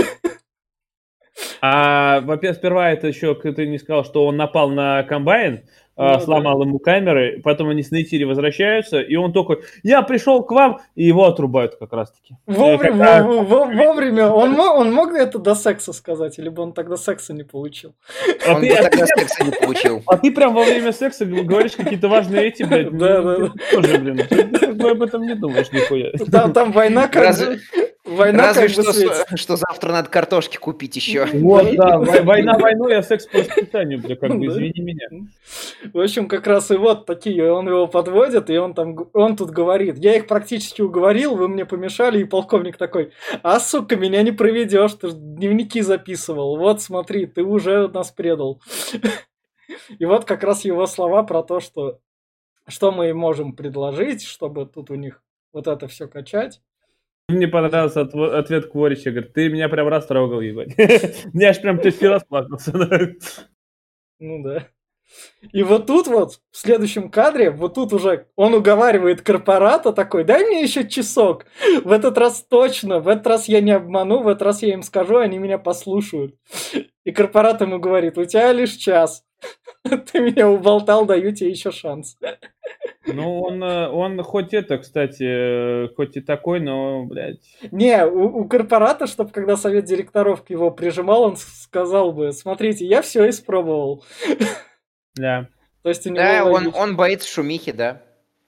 А, во-первых, сперва это еще ты не сказал, что он напал на комбайн, а, Ну, сломал ему камеры, потом они с Нейтерии возвращаются, и он такой, я пришел к вам, и его отрубают как раз-таки. Э, Вовремя, когда- во- во- вовремя. Он, мо- он мог это до секса сказать, либо он тогда секса не получил. А Он ты, бы а, тогда ты, секса не получил. а ты прям во время секса говоришь какие-то важные эти, блядь. Да, ну, да, ты тоже, блин, ты, ты как бы об этом не думаешь нихуя. Там, там война как Разве- бы... Война Разве как бы что, светит. с- что завтра надо картошки купить еще. Вот, да, вой- война войной, а секс по расписанию, бля, как бы, Да. извини меня. В общем, как раз и вот такие, он его подводит, и он там, г- он тут говорит, я их практически уговорил, вы мне помешали, и полковник такой, а, сука, меня не проведешь, ты ж дневники записывал, вот смотри, ты уже нас предал. И вот как раз его слова про то, что, что мы им можем предложить, чтобы тут у них вот это все качать. Мне понравился отво- ответ Кворича, говорит, ты меня прям растрогал, ебать. Я аж прям чуть не расплакался. Ну да. И вот тут вот, в следующем кадре, вот тут уже он уговаривает корпората такой, дай мне еще часок. В этот раз точно, в этот раз я не обману, в этот раз я им скажу, они меня послушают. И корпорат ему говорит, у тебя лишь час. Ты меня уболтал, даю тебе еще шанс. Ну, он, э, он хоть это, кстати, э, хоть и такой, но, блядь. Не, у, у корпората, чтобы когда совет директоров к его прижимал, он с- сказал бы, смотрите, я все испробовал. Да. То есть у него Да, он, логично. он боится шумихи, да.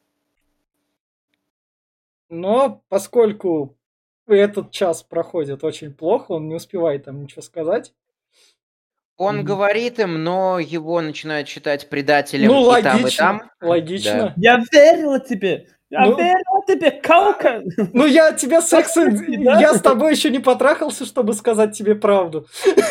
Но поскольку этот час проходит очень плохо, он не успевает там ничего сказать. Он Мгм. говорит им, но его начинают считать предателем Ну, и там, и логично, там. логично. Я верила тебе! Я Ну- верила тебе, Каука! Ну, я тебя секса... Да? Я с тобой еще не потрахался, чтобы сказать тебе правду.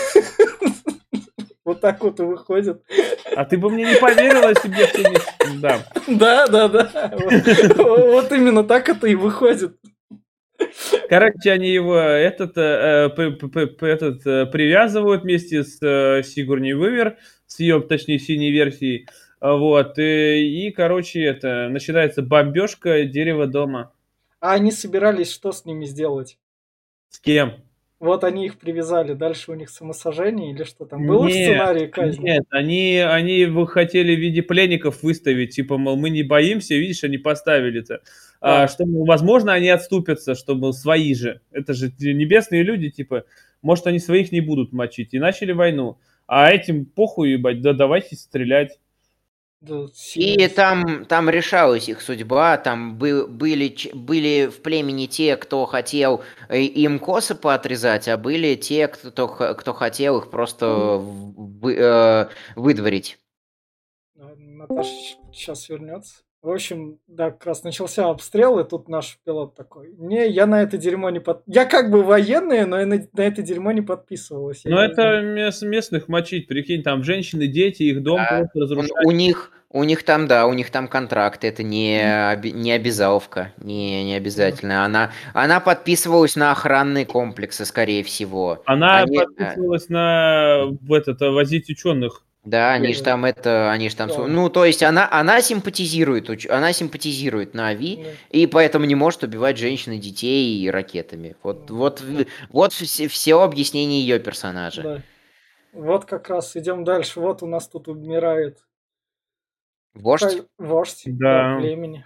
Вот так вот и выходит. А ты бы мне не поверила, если бы я тебе не... Да. Да, да, да. Вот- Вот именно так это и выходит. Короче, они его этот, э, п- п- п- этот э, привязывают вместе с э, Сигурни Вивер, с ее, точнее, синей версией. А, Вот. И, и, короче, это начинается бомбежка дерева дома. А они собирались что с ними сделать? С кем? Вот они их привязали, дальше у них самосожжение или что там? Было в Нет, сценарии казни? нет, они, они его хотели в виде пленников выставить, типа, мол, мы не боимся, видишь, они поставили-то. А, А, что, мол, возможно, они отступятся, что, мол, свои же. Это же те небесные люди, типа, может, они своих не будут мочить. И начали войну. А этим похуй, ебать, да давайте стрелять. да, И синие. там, там решалась их судьба, там бы- были, ч- были в племени те, кто хотел э, им косы поотрезать, а были те, кто, х- кто хотел их просто в- вы- э, выдворить. А, Наташа сейчас вернется. В общем, да, как раз начался обстрел, и тут наш пилот такой: не, я на это дерьмо не под... Я как бы военный, но я на, на это дерьмо не подписывалась. Я Но не это знаю. мес- местных мочить, прикинь, там женщины, дети, их дом Да, просто он- разрушать. у них, у них там, да, у них там контракт, это не, оби- не обязаловка, не, не обязательно. Она, она подписывалась на охранные комплексы, скорее всего. Она Они, э, подписывалась на в этот, а, возить ученых. да, они же Да, там это, они же там, су- да, ну, то есть она, она симпатизирует, уч- она симпатизирует Нави, да. и поэтому не может убивать женщин и детей ракетами. Вот, вот, в- вот все, все объяснение ее персонажа. Да. Вот как раз идем дальше. Вот у нас тут умирает Вождь? ка- вождь, да, Да. племени.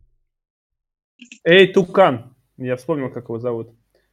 Эй, Тукан. Я вспомнил, как его зовут.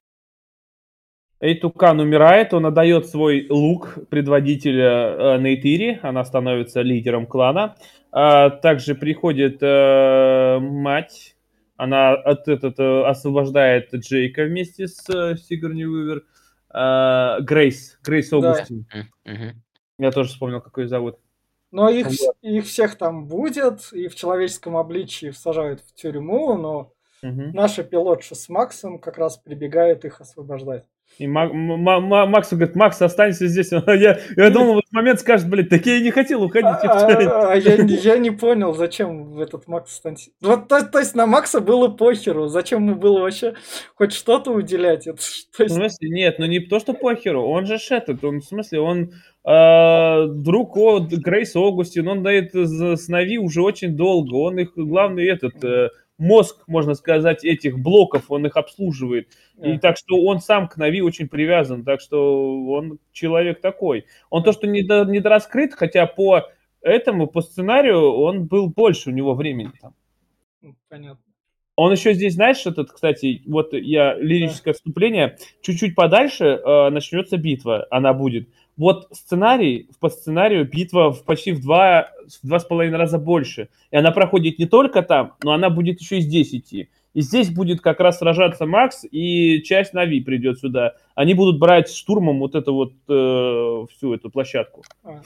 Эй, Тукан умирает, он отдает свой лук предводителя э, Нейтири, она становится лидером клана. А, также приходит э, мать, она от, этот, э, освобождает Джейка вместе с э, Сигурни Уивер. Э, Грейс, Грейс Да. Огустин. М, мгм. Я тоже вспомнил, как ее зовут. Но их, Вот. вс- их всех там будет, и в человеческом обличии сажают в тюрьму, но Мгм. наша пилотша с Максом как раз прибегает их освобождать. И Ма- Ма- Ма- Максу говорит: Макс, останься здесь. Я, я думал, в этот момент скажет: блядь, так я и не хотел уходить. А, а я, не- я не понял, зачем этот Макс станци... Вот, то, то есть на Макса было похеру, зачем ему было вообще хоть что-то уделять? Это, ж- то В есть, смысле, нет, ну не то, что похеру, он же ж этот, он, в смысле, он э, друг от Грейс Огустин, он дает с Нави уже очень долго, он их главный этот, э, мозг, можно сказать, этих блоков, он их обслуживает. И э, так что он сам к Нави очень привязан, так что он человек такой. Он то, что недо, недораскрыт, хотя по этому, по сценарию, он был больше у него времени там. м, понятно. Он еще здесь, знаешь, этот, кстати, вот я лирическое вступление, чуть-чуть подальше э, начнется битва, она будет. Вот сценарий, по сценарию битва в почти в два, в два с половиной раза больше. И она проходит не только там, но она будет еще и здесь идти. И здесь будет как раз сражаться Макс, и часть Нави придет сюда. Они будут брать штурмом вот эту вот э, всю эту площадку. А.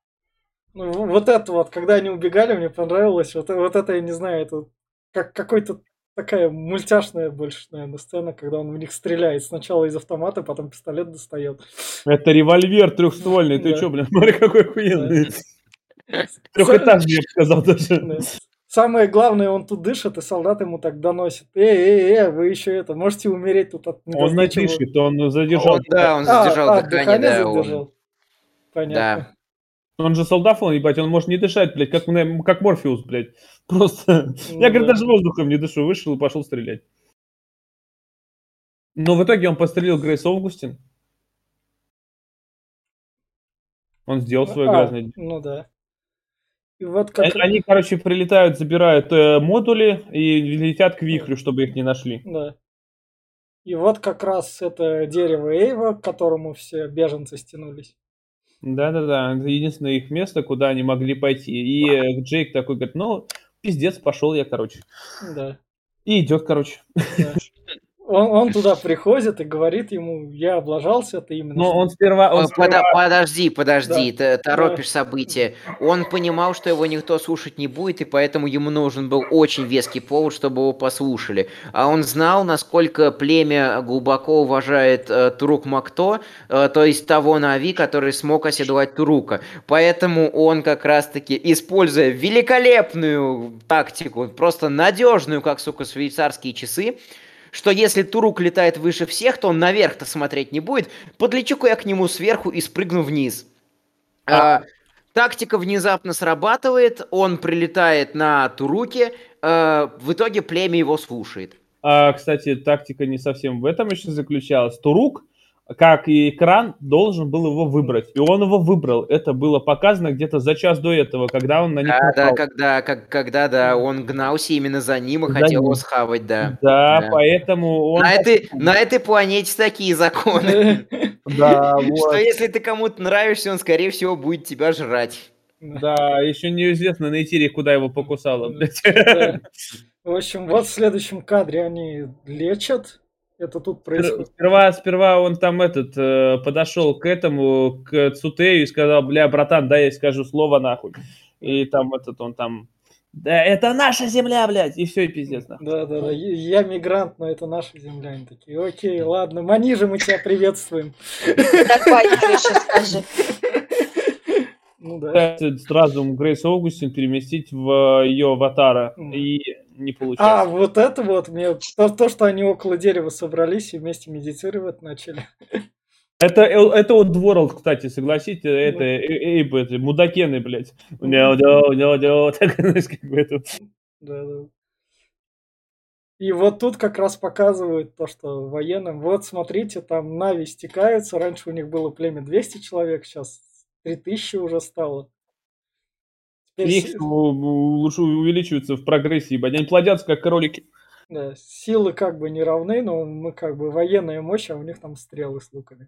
Ну, в- вот это вот, когда они убегали, мне понравилось. Вот, вот это, я не знаю, это как какой-то такая мультяшная больше, наверное, сцена, когда он в них стреляет. Сначала из автомата, потом пистолет достает. Это револьвер трехствольный, ты Да. че, блин, смотри, какой охуенный. Са- Трехэтажный, я бы сказал даже. да. Самое главное, он тут дышит, и солдат ему так доносит: эй, эй, эй, вы еще это, можете умереть тут от Он не недостачи. дышит, он задержал. Он, да, он А, задержал а, дыхание, дыхание да, он, задержал. Понятно. да. Он же солдафон, ебать, он может не дышать, блядь, как, на- как Морфеус, блядь. Просто. Ну Я, говорит, да. даже воздухом не дышу, вышел и пошел стрелять. Но в итоге он пострелил Грейс Огустин. Он сделал свое А, грязное дело. ну да. И вот как... Э, Они, короче, прилетают, забирают э, модули и летят к вихрю, чтобы их не нашли. Да. И вот как раз это дерево Эйва, к которому все беженцы стянулись. Да-да-да, это единственное их место, куда они могли пойти. И э, Джейк такой говорит: ну, пиздец, пошел я, короче. Да, И идет, короче. да. Он, он туда приходит и говорит ему: я облажался, ты именно Но что... он сперва, он О, сперва пода- подожди, подожди, Да. ты торопишь события. Он понимал, что его никто слушать не будет, и поэтому ему нужен был очень веский повод, чтобы его послушали. А он знал, насколько племя глубоко уважает э, Турук Макто, э, то есть того Нави, который смог оседлать Турука. Поэтому он как раз-таки, используя великолепную тактику, просто надежную, как, сука, швейцарские часы, что если Турук летает выше всех, то он наверх-то смотреть не будет. Подлечу-ка я к нему сверху и спрыгну вниз. А, тактика внезапно срабатывает, он прилетает на Туруке, а, в итоге племя его слушает. А, кстати, тактика не совсем в этом еще заключалась. Турук как и экран должен был его выбрать. И он его выбрал. Это было показано где-то за час до этого, когда он на них Да, да, напал. когда, как, когда, да, он гнался именно за ним и За хотел его ним. схавать, да. Да, Да. поэтому он... На этой, на этой планете такие законы, Да, что вот. если ты кому-то нравишься, он, скорее всего, будет тебя жрать. Да, еще неизвестно на Этере, куда его покусало, блядь. Да. В общем, вот в следующем кадре они лечат. Это тут Спер- происходит. Сперва, сперва он там этот э, подошел к этому, к Цутею и сказал, бля, братан, дай я скажу слово нахуй. И там этот, он там, да, это наша земля, блядь, и все, и пиздец, нахуй. Да, да, да. Я мигрант, но это наша земля. Они такие, окей, ладно, Манижа, мы тебя приветствуем. Давай уже сейчас скажи. Ну да. Сразу Грейс Оугустин переместить в ее аватара, Мгм. и не А, получается. вот это вот, мне то, то, что они около дерева собрались и вместе медитировать начали. Это, э, это вот Дворл, кстати, согласитесь, это, Ну. э, э, э, это мудакены, блядь. Ну. Няу, няу, няу, няу, так, знаешь, как бы это. Да, да. И вот тут как раз показывают то, что военным, вот смотрите, там Нави стекаются, раньше у них было племя двести человек, сейчас три тысячи уже стало. Теперь Их си- лучше увеличиваются в прогрессии, ебать. Они плодятся, как кролики. да, силы как бы не равны, но мы как бы военная мощь, а у них там стрелы с луками.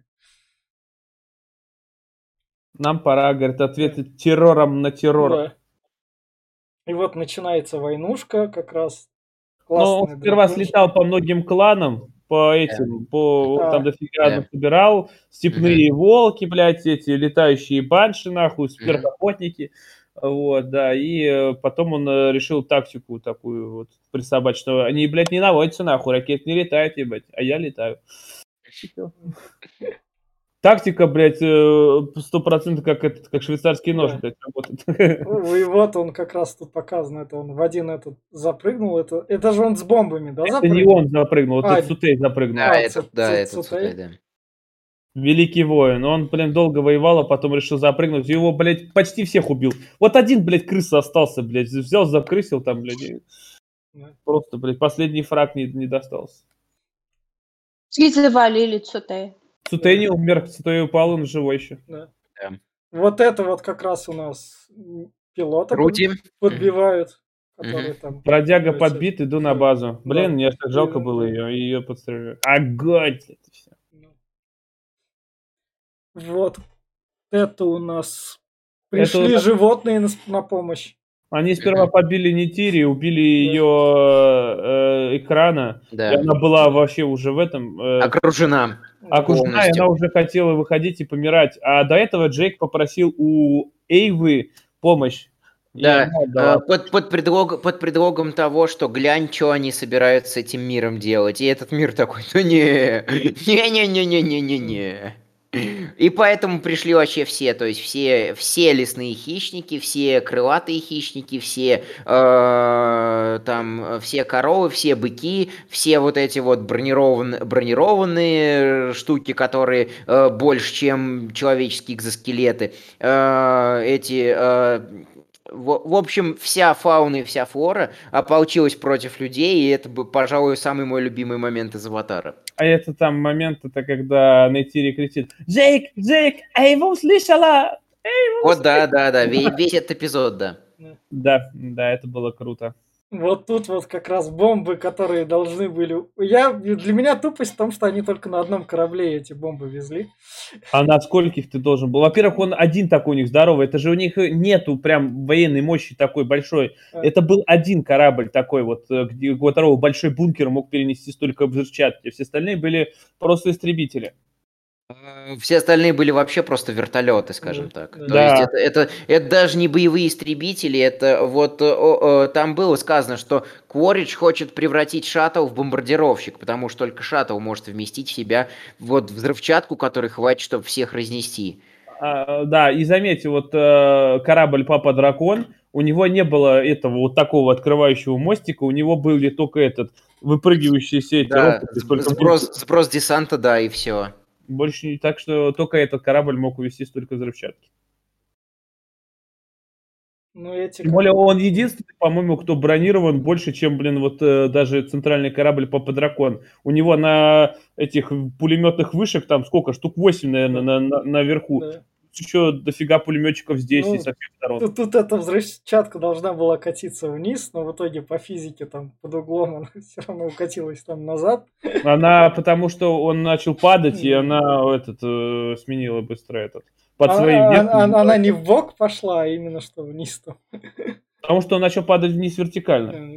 Нам пора, говорит, ответить террором на террор. Да. И вот начинается войнушка, как раз Но он классный сперва дракончик. слетал по многим кланам, по этим, по А, там дофига да. насобирал, степные волки, блядь, эти летающие банши, нахуй, сверхохотники. Вот, да, и э, потом он э, решил тактику такую вот присобачить, что они, блядь, не наводятся, нахуй, ракет не летает, ебать, а я летаю. И всё. Тактика, блядь, сто процентов как, этот, как швейцарский нож, Да. блядь, работает. Ну, и вот он как раз тут показан, это он в один этот запрыгнул, это, это же он с бомбами, да, Это не запрыгнул? он запрыгнул, А, это Цутей запрыгнул. Да, А, этот, Цу- да, Цу- этот Цутей? Цутей, да. Великий воин. Он, блин, долго воевал, а потом решил запрыгнуть. Его, блядь, почти всех убил. Вот один, блядь, крыса остался, блядь. Взял, закрысил там, блядь. и Да. Просто, блядь, последний фраг не, не достался. И завалили Цутея. Цутей не умер, Цутей упал, он живой еще. Да. Да. Вот это вот как раз у нас м, пилота под- Руди. подбивают, Мгм. который там... Бродяга Блядь, подбит, иду на да. базу. Да. Блин, мне аж так жалко И- было ее, и ее подстрелили. Огонь! Это всё. Вот это у нас Это пришли у нас- животные на, с- на помощь. Они сперва подбили Нитири, убили Да. ее э, экрана. И Да. она была вообще уже в этом... э, Окружена. окружена, и полностью. она уже хотела выходить и помирать. А до этого Джейк попросил у Эйвы помощь. И Да, она отдала. э, под, под, предлог, под предлогом того, что глянь, что они собираются с этим миром делать. И этот мир такой, ну не, не-не-не-не-не-не-не. И поэтому пришли вообще все, то есть все, все лесные хищники, все крылатые хищники, все э, там, э, все коровы, все быки, все вот эти вот бронирован- бронированные штуки, которые э, больше, чем человеческие экзоскелеты, э, эти... э, в, в общем, вся фауна и вся флора ополчилась против людей, и это, бы, пожалуй, самый мой любимый момент из «Аватара». А это там момент, это когда Нейтири кричит: «Джейк, Джейк, Эйва услышала!» Вот, да, да, да, весь, весь этот эпизод, да. Да, да, это было круто. Вот тут вот как раз бомбы, которые должны были... Я, для меня тупость в том, что они только на одном корабле эти бомбы везли. А на скольких ты должен был? Во-первых, он один такой у них здоровый. Это же у них нету прям военной мощи такой большой. А. Это был один корабль такой вот, э, где, у которого большой бункер мог перенести столько взрывчатки. Все остальные были просто истребители. Э, Все остальные были вообще просто вертолеты, скажем Да, так. да. То Да. есть это, это, это даже не боевые истребители, это вот э, о, о, там было сказано, что Кворидж хочет превратить шаттл в бомбардировщик, потому что только шаттл может вместить в себя вот взрывчатку, которой хватит, чтобы всех разнести. А, да, и заметьте, вот э, корабль Папа Дракон, у него не было этого вот такого открывающего мостика, у него были только этот выпрыгивающиеся эти Да, роботы, сб- столько сброс, сброс десанта, да, и все. больше не так, что только этот корабль мог увезти столько взрывчатки. Ну, эти Тем как... более он единственный, по-моему, кто бронирован больше, чем, блин, вот э, даже центральный корабль Папа Дракон. У него на этих пулеметных вышек там сколько? Штук восемь, наверное, на, на, наверху. Да. Еще дофига пулеметчиков здесь Ну, и со всех сторон. Тут, тут эта взрывчатка должна была катиться вниз, но в итоге по физике там под углом она все равно укатилась там назад. Она, потому что он начал падать, и Мгм. она этот, э, сменила быстро этот. Под А- своим а- весом. а- Она не в бок пошла, а именно что вниз там. Потому что он начал падать вниз вертикально. М.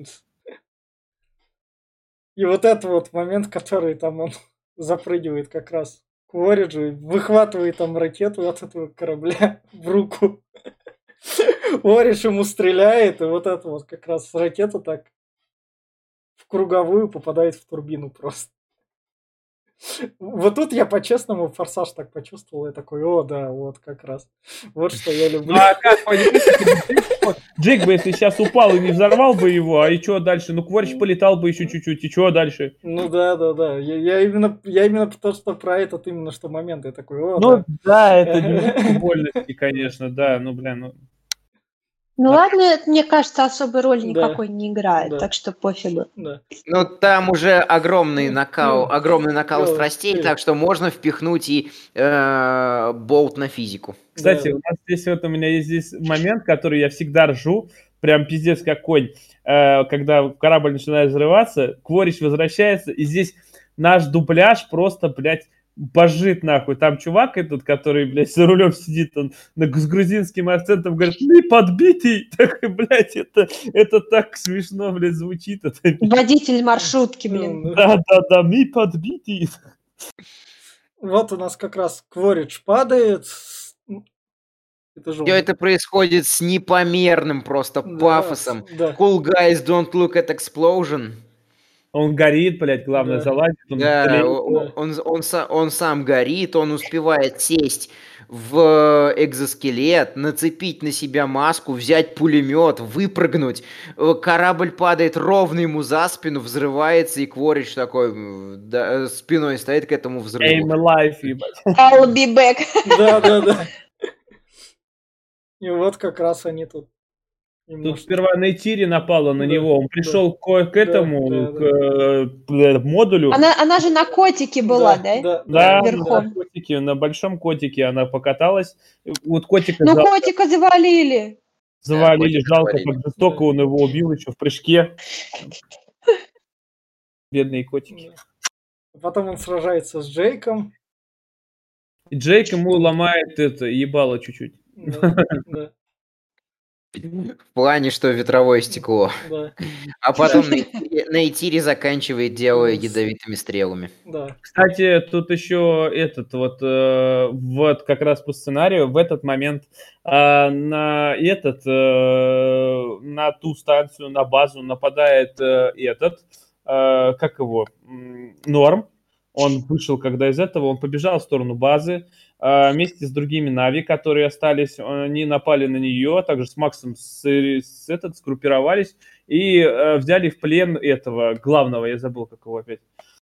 И вот это вот момент, который там он запрыгивает как раз к Вориджу, и выхватывает там ракету от этого корабля в руку. Оридж ему стреляет, и вот это вот как раз ракета так в круговую попадает в турбину просто. Вот тут я по-честному форсаж так почувствовал, я такой, о, да, вот как раз. Вот что я люблю. Ну а как, понимаете, Джейк бы, если сейчас упал и не взорвал бы его, а и что дальше? Ну, Кворич полетал бы еще чуть-чуть, и что дальше? Ну да, да, да. Я, я именно, я именно то, что про этот именно что момент, я такой, о, Ну да. да, это не вольности, конечно, да, ну блин, ну. Ну Да. ладно, это, мне кажется, особой роли Да. никакой не играет, Да. так что пофигу. Да. Ну, там уже огромный накал, Ну, огромный накал ну, страстей, ты- так что можно впихнуть и э, болт на физику. Кстати, Да. у нас здесь вот у меня есть здесь момент, который я всегда ржу, прям пиздец как конь, Э, когда корабль начинает взрываться, Кворич возвращается, и здесь наш дубляж просто, блядь, божит нахуй. Там чувак этот, который, блядь, за рулем сидит, он на- с грузинским акцентом говорит, мы подбитый. Так, блядь, это, это так смешно, блядь, звучит. Это, Водитель маршрутки, блин. Ну, да, да, да, мы подбитый. Вот у нас как раз Кворидж падает. Это же он. Все это происходит с непомерным просто Да, пафосом. да. Cool guys don't look at explosion. Он горит, блядь, главное, Да. залазит, он Да, тлеет. о- да. он, он, са- он сам горит, он успевает сесть в экзоскелет, нацепить на себя маску, взять пулемет, выпрыгнуть. Э, Корабль падает ровно ему за спину, взрывается, и Кворич такой м, да, э, спиной стоит к этому Aim взрыву. alive, ебать. I'll be back. Да, да, да. И вот как раз они тут Тут немножко... сперва Нейтири напала на Да, него, он да. пришел к, к этому, да, к да. э, бля, модулю. Она, она же на котике была, да? Да, Да, да, Верхом. на котике, на большом котике она покаталась. Вот котика Ну, за- котика завалили. завалили, котика жалко, завалили. как жестоко он его убил еще в прыжке. Бедные котики. да. Потом он сражается с Джейком. И Джейк ему ломает это, ебало чуть-чуть. Да, да, В плане, что ветровое стекло. да, А потом Нейтири Нейтири заканчивает дело Ну, с- ядовитыми стрелами. да. Кстати, тут еще этот вот, э, вот как раз по сценарию в этот момент э, на этот, э, на ту станцию, на базу нападает э, этот, э, как его, м, Норм. Он вышел, когда из этого, он побежал в сторону базы э, вместе с другими Нави, которые остались. Они напали на нее, также с Максом с, с этот, сгруппировались и э, взяли в плен этого главного, я забыл, как его опять.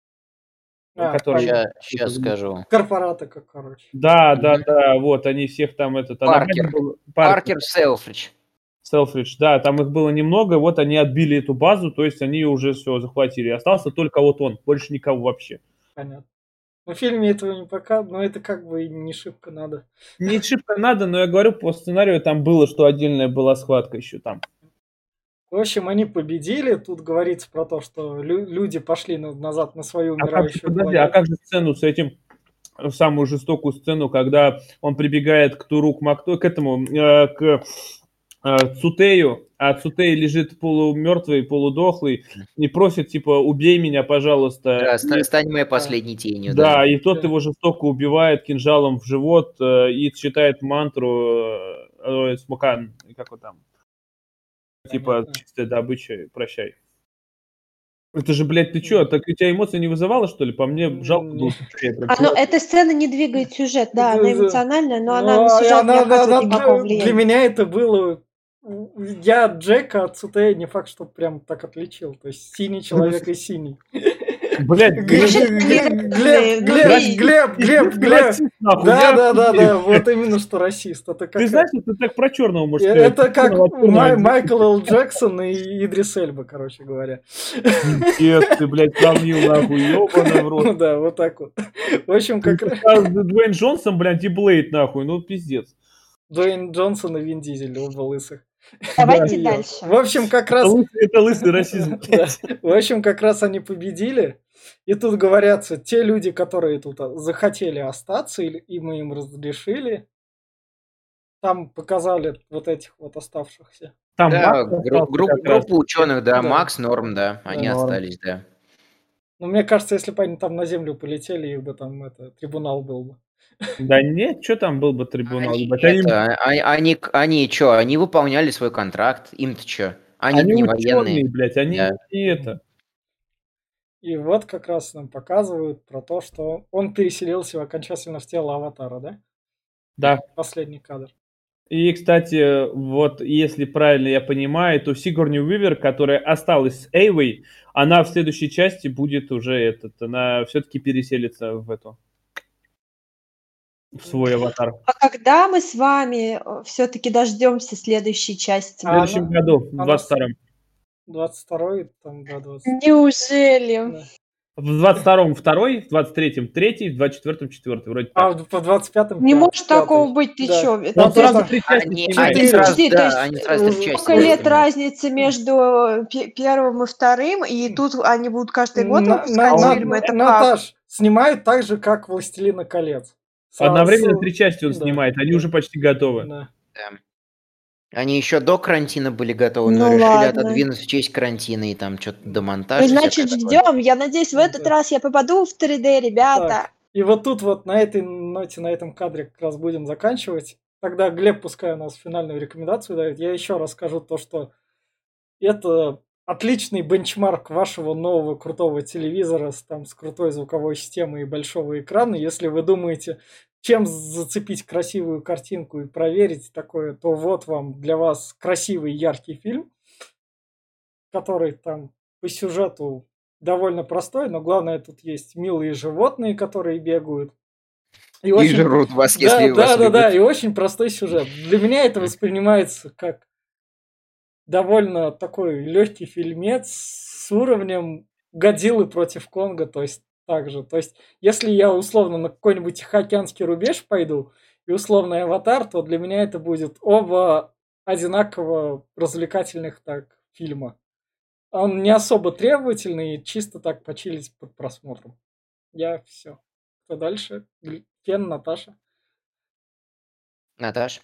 А, который- понятно. Сейчас скажу. Корпората, как короче. Да, да, Мгм. да, вот они всех там этот... она Паркер. база была- Паркер, Паркер Селфридж. Селфридж, да, там их было немного, вот они отбили эту базу, то есть они уже все захватили. Остался только вот он, больше никого вообще. Понятно. В фильме этого не показывают, но это как бы и не шибко надо. Не шибко надо, но я говорю, по сценарию там было, что отдельная была схватка еще там. В общем, они победили. Тут говорится про то, что лю- люди пошли на- назад на свою А как, же, умирающую подожди, а планету. как же сцену с этим, самую жестокую сцену, когда он прибегает к Туру, к Макто, к этому, э, к э, Цутею, а Цутей лежит полумертвый, полудохлый, и просит, типа, убей меня, пожалуйста. Да, И- ста- стань моей последней тенью. да, и тот Да. его жестоко убивает кинжалом в живот э, и читает мантру э, э, Смокан, как вот там, типа, Понятно. чистая добыча, прощай. Это же, блядь, ты чё, так у тебя эмоций не вызывало, что ли? По мне жалко было. Цутея, прям Оно, чувак. эта сцена не двигает сюжет, да, Да, она да. эмоциональная, но Ну, она на а сюжет она- не она- оказывает она никакого для, для влияния. меня это было... Я Джека от Цутея не факт, что прям так отличил. То есть синий человек и синий. Блядь, Глеб, Глеб, Глеб, Глеб, Глеб, Глеб. Да, да, да, да, вот именно что расист. Это как Ты знаешь, это так про черного можешь сказать. это как Май- Майкл Л. Джексон и Идрис Эльба, короче говоря. Нет, ты, блядь, сравнил, нахуй, ёбаный в рот. Ну да, вот так вот. В общем, Ты как раз сказал Дуэйн Джонсон, блядь, и Блейд, нахуй, ну пиздец. Дуэйн Джонсон и Вин Дизель, оба лысых. Давайте И, дальше. В общем, как Это раз лысый, это лысый расизм, Да. блядь. В общем, как раз они победили. И тут говорятся, те люди, которые тут а, захотели остаться, или- и мы им разрешили, там показали вот этих вот оставшихся. Там Да, Макс гру- остался групп- как раз. группа ученых, да, Да. Макс, Норм, да, они Норм. остались, да. Но мне кажется, если бы они там на землю полетели, их бы там это, трибунал был бы. Да нет, что там был бы трибунал, Они, ебать, они, это, а- они, они что, они выполняли свой контракт, им-то что? Они они не ученые, военные. блядь, они Да. не это. И вот как раз нам показывают про то, что он переселился окончательно в тело Аватара, да? Да. Последний кадр. И, кстати, вот если правильно я понимаю, то Сигурни Уивер, которая осталась с Эйвой, она в следующей части будет уже этот, она все-таки переселится в эту, в свой аватар. А когда мы с вами все-таки дождемся следующей части? В А следующем она- году, в она двадцать втором. двадцать второй, там, да, двадцать. Неужели? Да. В двадцать втором второй, в двадцать третьем третий, в двадцать четвертом четвертый, вроде А так. в- по двадцать пятом Не пятый. может такого быть, ты Да. чё? Он Вот сразу это- три части Они, снимает. они Четыре. сразу, Подожди, то да, есть, они сразу три э, части Сколько лет снимают. разницы между пе- первым и вторым, и тут они будут каждый год На- выпускать на- фильмы? на- Это как? Наташ, снимают так же, как «Властелина колец». Сразу- Одновременно три части он да, снимает, они да, уже почти готовы. да. Да. Они еще до карантина были готовы, но Ну решили ладно. отодвинуть в честь карантина и там что-то до Ну, монтажа. значит, всякое такое. ждем. Я надеюсь, в этот Да. раз я попаду в три дэ, ребята. Так, и вот тут вот на этой ноте, на этом кадре как раз будем заканчивать. Тогда Глеб пускай у нас финальную рекомендацию дает. Я еще раз скажу то, что это отличный бенчмарк вашего нового крутого телевизора с, там, с крутой звуковой системой и большого экрана. Если вы думаете, чем зацепить красивую картинку и проверить такое, то вот вам для вас красивый яркий фильм, который там по сюжету довольно простой, но главное тут есть милые животные, которые бегают. И очень- жрут вас, Да, если да, вас да, любят. да, и очень простой сюжет. Для меня это воспринимается как довольно такой легкий фильмец с уровнем Годзиллы против Конга, то есть так же. То есть, если я условно на какой-нибудь Тихоокеанский рубеж пойду и условный Аватар, то для меня это будет оба одинаково развлекательных так фильма. Он не особо требовательный, чисто так почилить под просмотром. Я все. Кто дальше? Гл- Кен, Наташа. Наташ?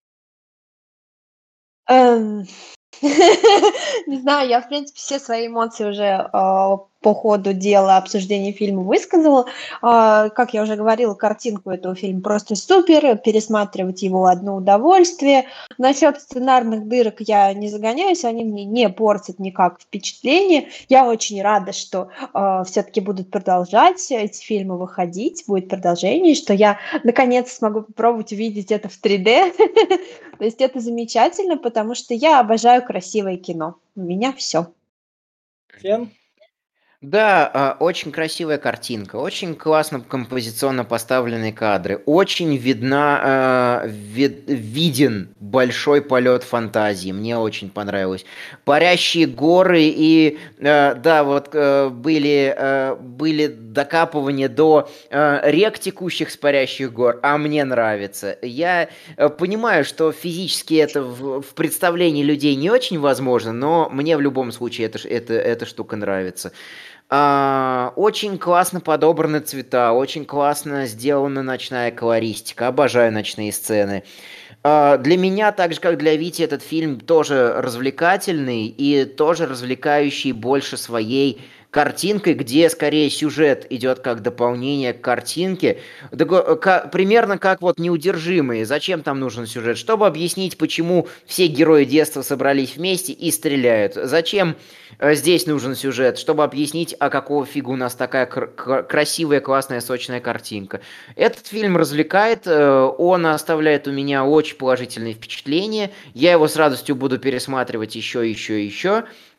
Эм, Не знаю, я, в принципе, все свои эмоции уже э, по ходу дела обсуждения фильма высказала. А, Как я уже говорила, картинку этого фильма просто супер, пересматривать его одно удовольствие. Насчет сценарных дырок я не загоняюсь, они мне не портят никак впечатление. Я очень рада, что все-таки будут продолжать эти фильмы выходить, будет продолжение, что я наконец смогу попробовать увидеть это в три дэ. То есть это замечательно, потому что я обожаю красивое кино. У меня все. Кен? Да, а, очень красивая картинка, очень классно композиционно поставленные кадры, очень видна, а, вид- виден большой полет фантазии, мне очень понравилось. Парящие горы и, э, да, вот э, были, э, были докапывания до э, рек, текущих с парящих гор, а мне нравится. Я э, понимаю, что физически это в, в представлении людей не очень возможно, но мне в любом случае эта, ш- эта, эта штука нравится. А, очень классно подобраны цвета, очень классно сделана ночная колористика. Обожаю ночные сцены. А, для меня, так же как для Вити, этот фильм тоже развлекательный и тоже развлекающий больше своей картинкой, где скорее сюжет идет как дополнение к картинке. Тако- ка- примерно как вот «Неудержимые». Зачем там нужен сюжет? Чтобы объяснить, почему все герои детства собрались вместе и стреляют. Зачем э, здесь нужен сюжет? Чтобы объяснить, а какого фига у нас такая кр- кр- красивая, классная, сочная картинка. Этот фильм развлекает, э, он оставляет у меня очень положительные впечатления. Я его с радостью буду пересматривать еще, еще, еще.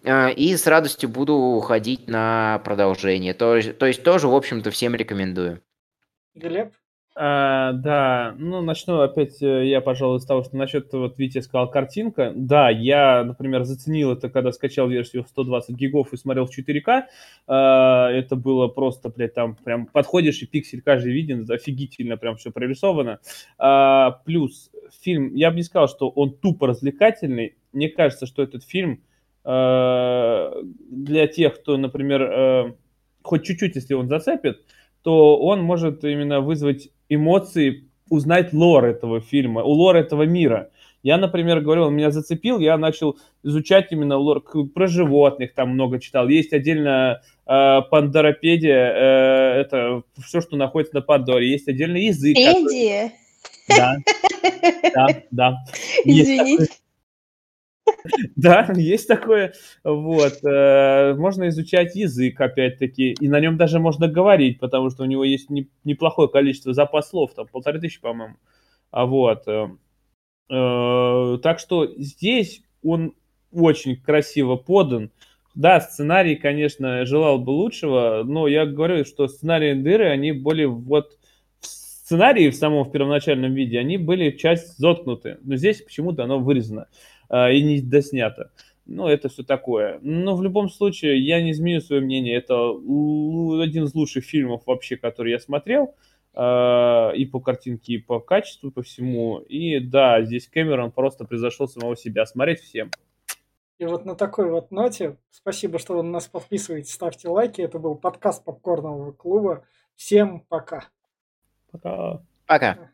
э, и с радостью буду ходить на продолжение. То есть то есть тоже, в общем-то, всем рекомендую. Глеб? А, да, ну, начну опять э, я, пожалуй, с того, что насчет, вот Витя сказал, картинка. Да, я, например, заценил это, когда скачал версию в сто двадцать гигов и смотрел в четыре ка. А, это было просто, блядь, там прям подходишь, и пиксель каждый виден, офигительно прям все прорисовано. А, плюс фильм, я бы не сказал, что он тупо развлекательный. Мне кажется, что этот фильм э, для тех, кто, например, э, хоть чуть-чуть, если он зацепит, то он может именно вызвать эмоции, узнать лор этого фильма, лор этого мира. Я, например, говорю, он меня зацепил, я начал изучать именно лор к- про животных, там много читал. Есть отдельно э, Пандоропедия, э, это все, что находится на Пандоре. Есть отдельный язык, который... Педия. Да, да, да. Есть такой, Извините. да, есть такое. Вот. э, Можно изучать язык, опять-таки, и на нем даже можно говорить, потому что у него есть не- неплохое количество запас слов, там полторы тысячи, по-моему. А вот. э, э, Так что здесь он очень красиво подан. Да, сценарий, конечно, желал бы лучшего, но я говорю, что сценарии дыры, они более вот в сценарии в самом в первоначальном виде, они были часть заткнуты. Но здесь почему-то оно вырезано а, и не доснято. Ну, это все такое. Но в любом случае, я не изменю свое мнение. Это л- один из лучших фильмов вообще, который я смотрел. а, И по картинке, и по качеству, по всему. И да, здесь Кэмерон просто превзошел самого себя. Смотреть всем. И вот на такой вот ноте, спасибо, что вы на нас подписываетесь, ставьте лайки. Это был подкаст Попкорнового клуба. Всем пока. Пока. Пока.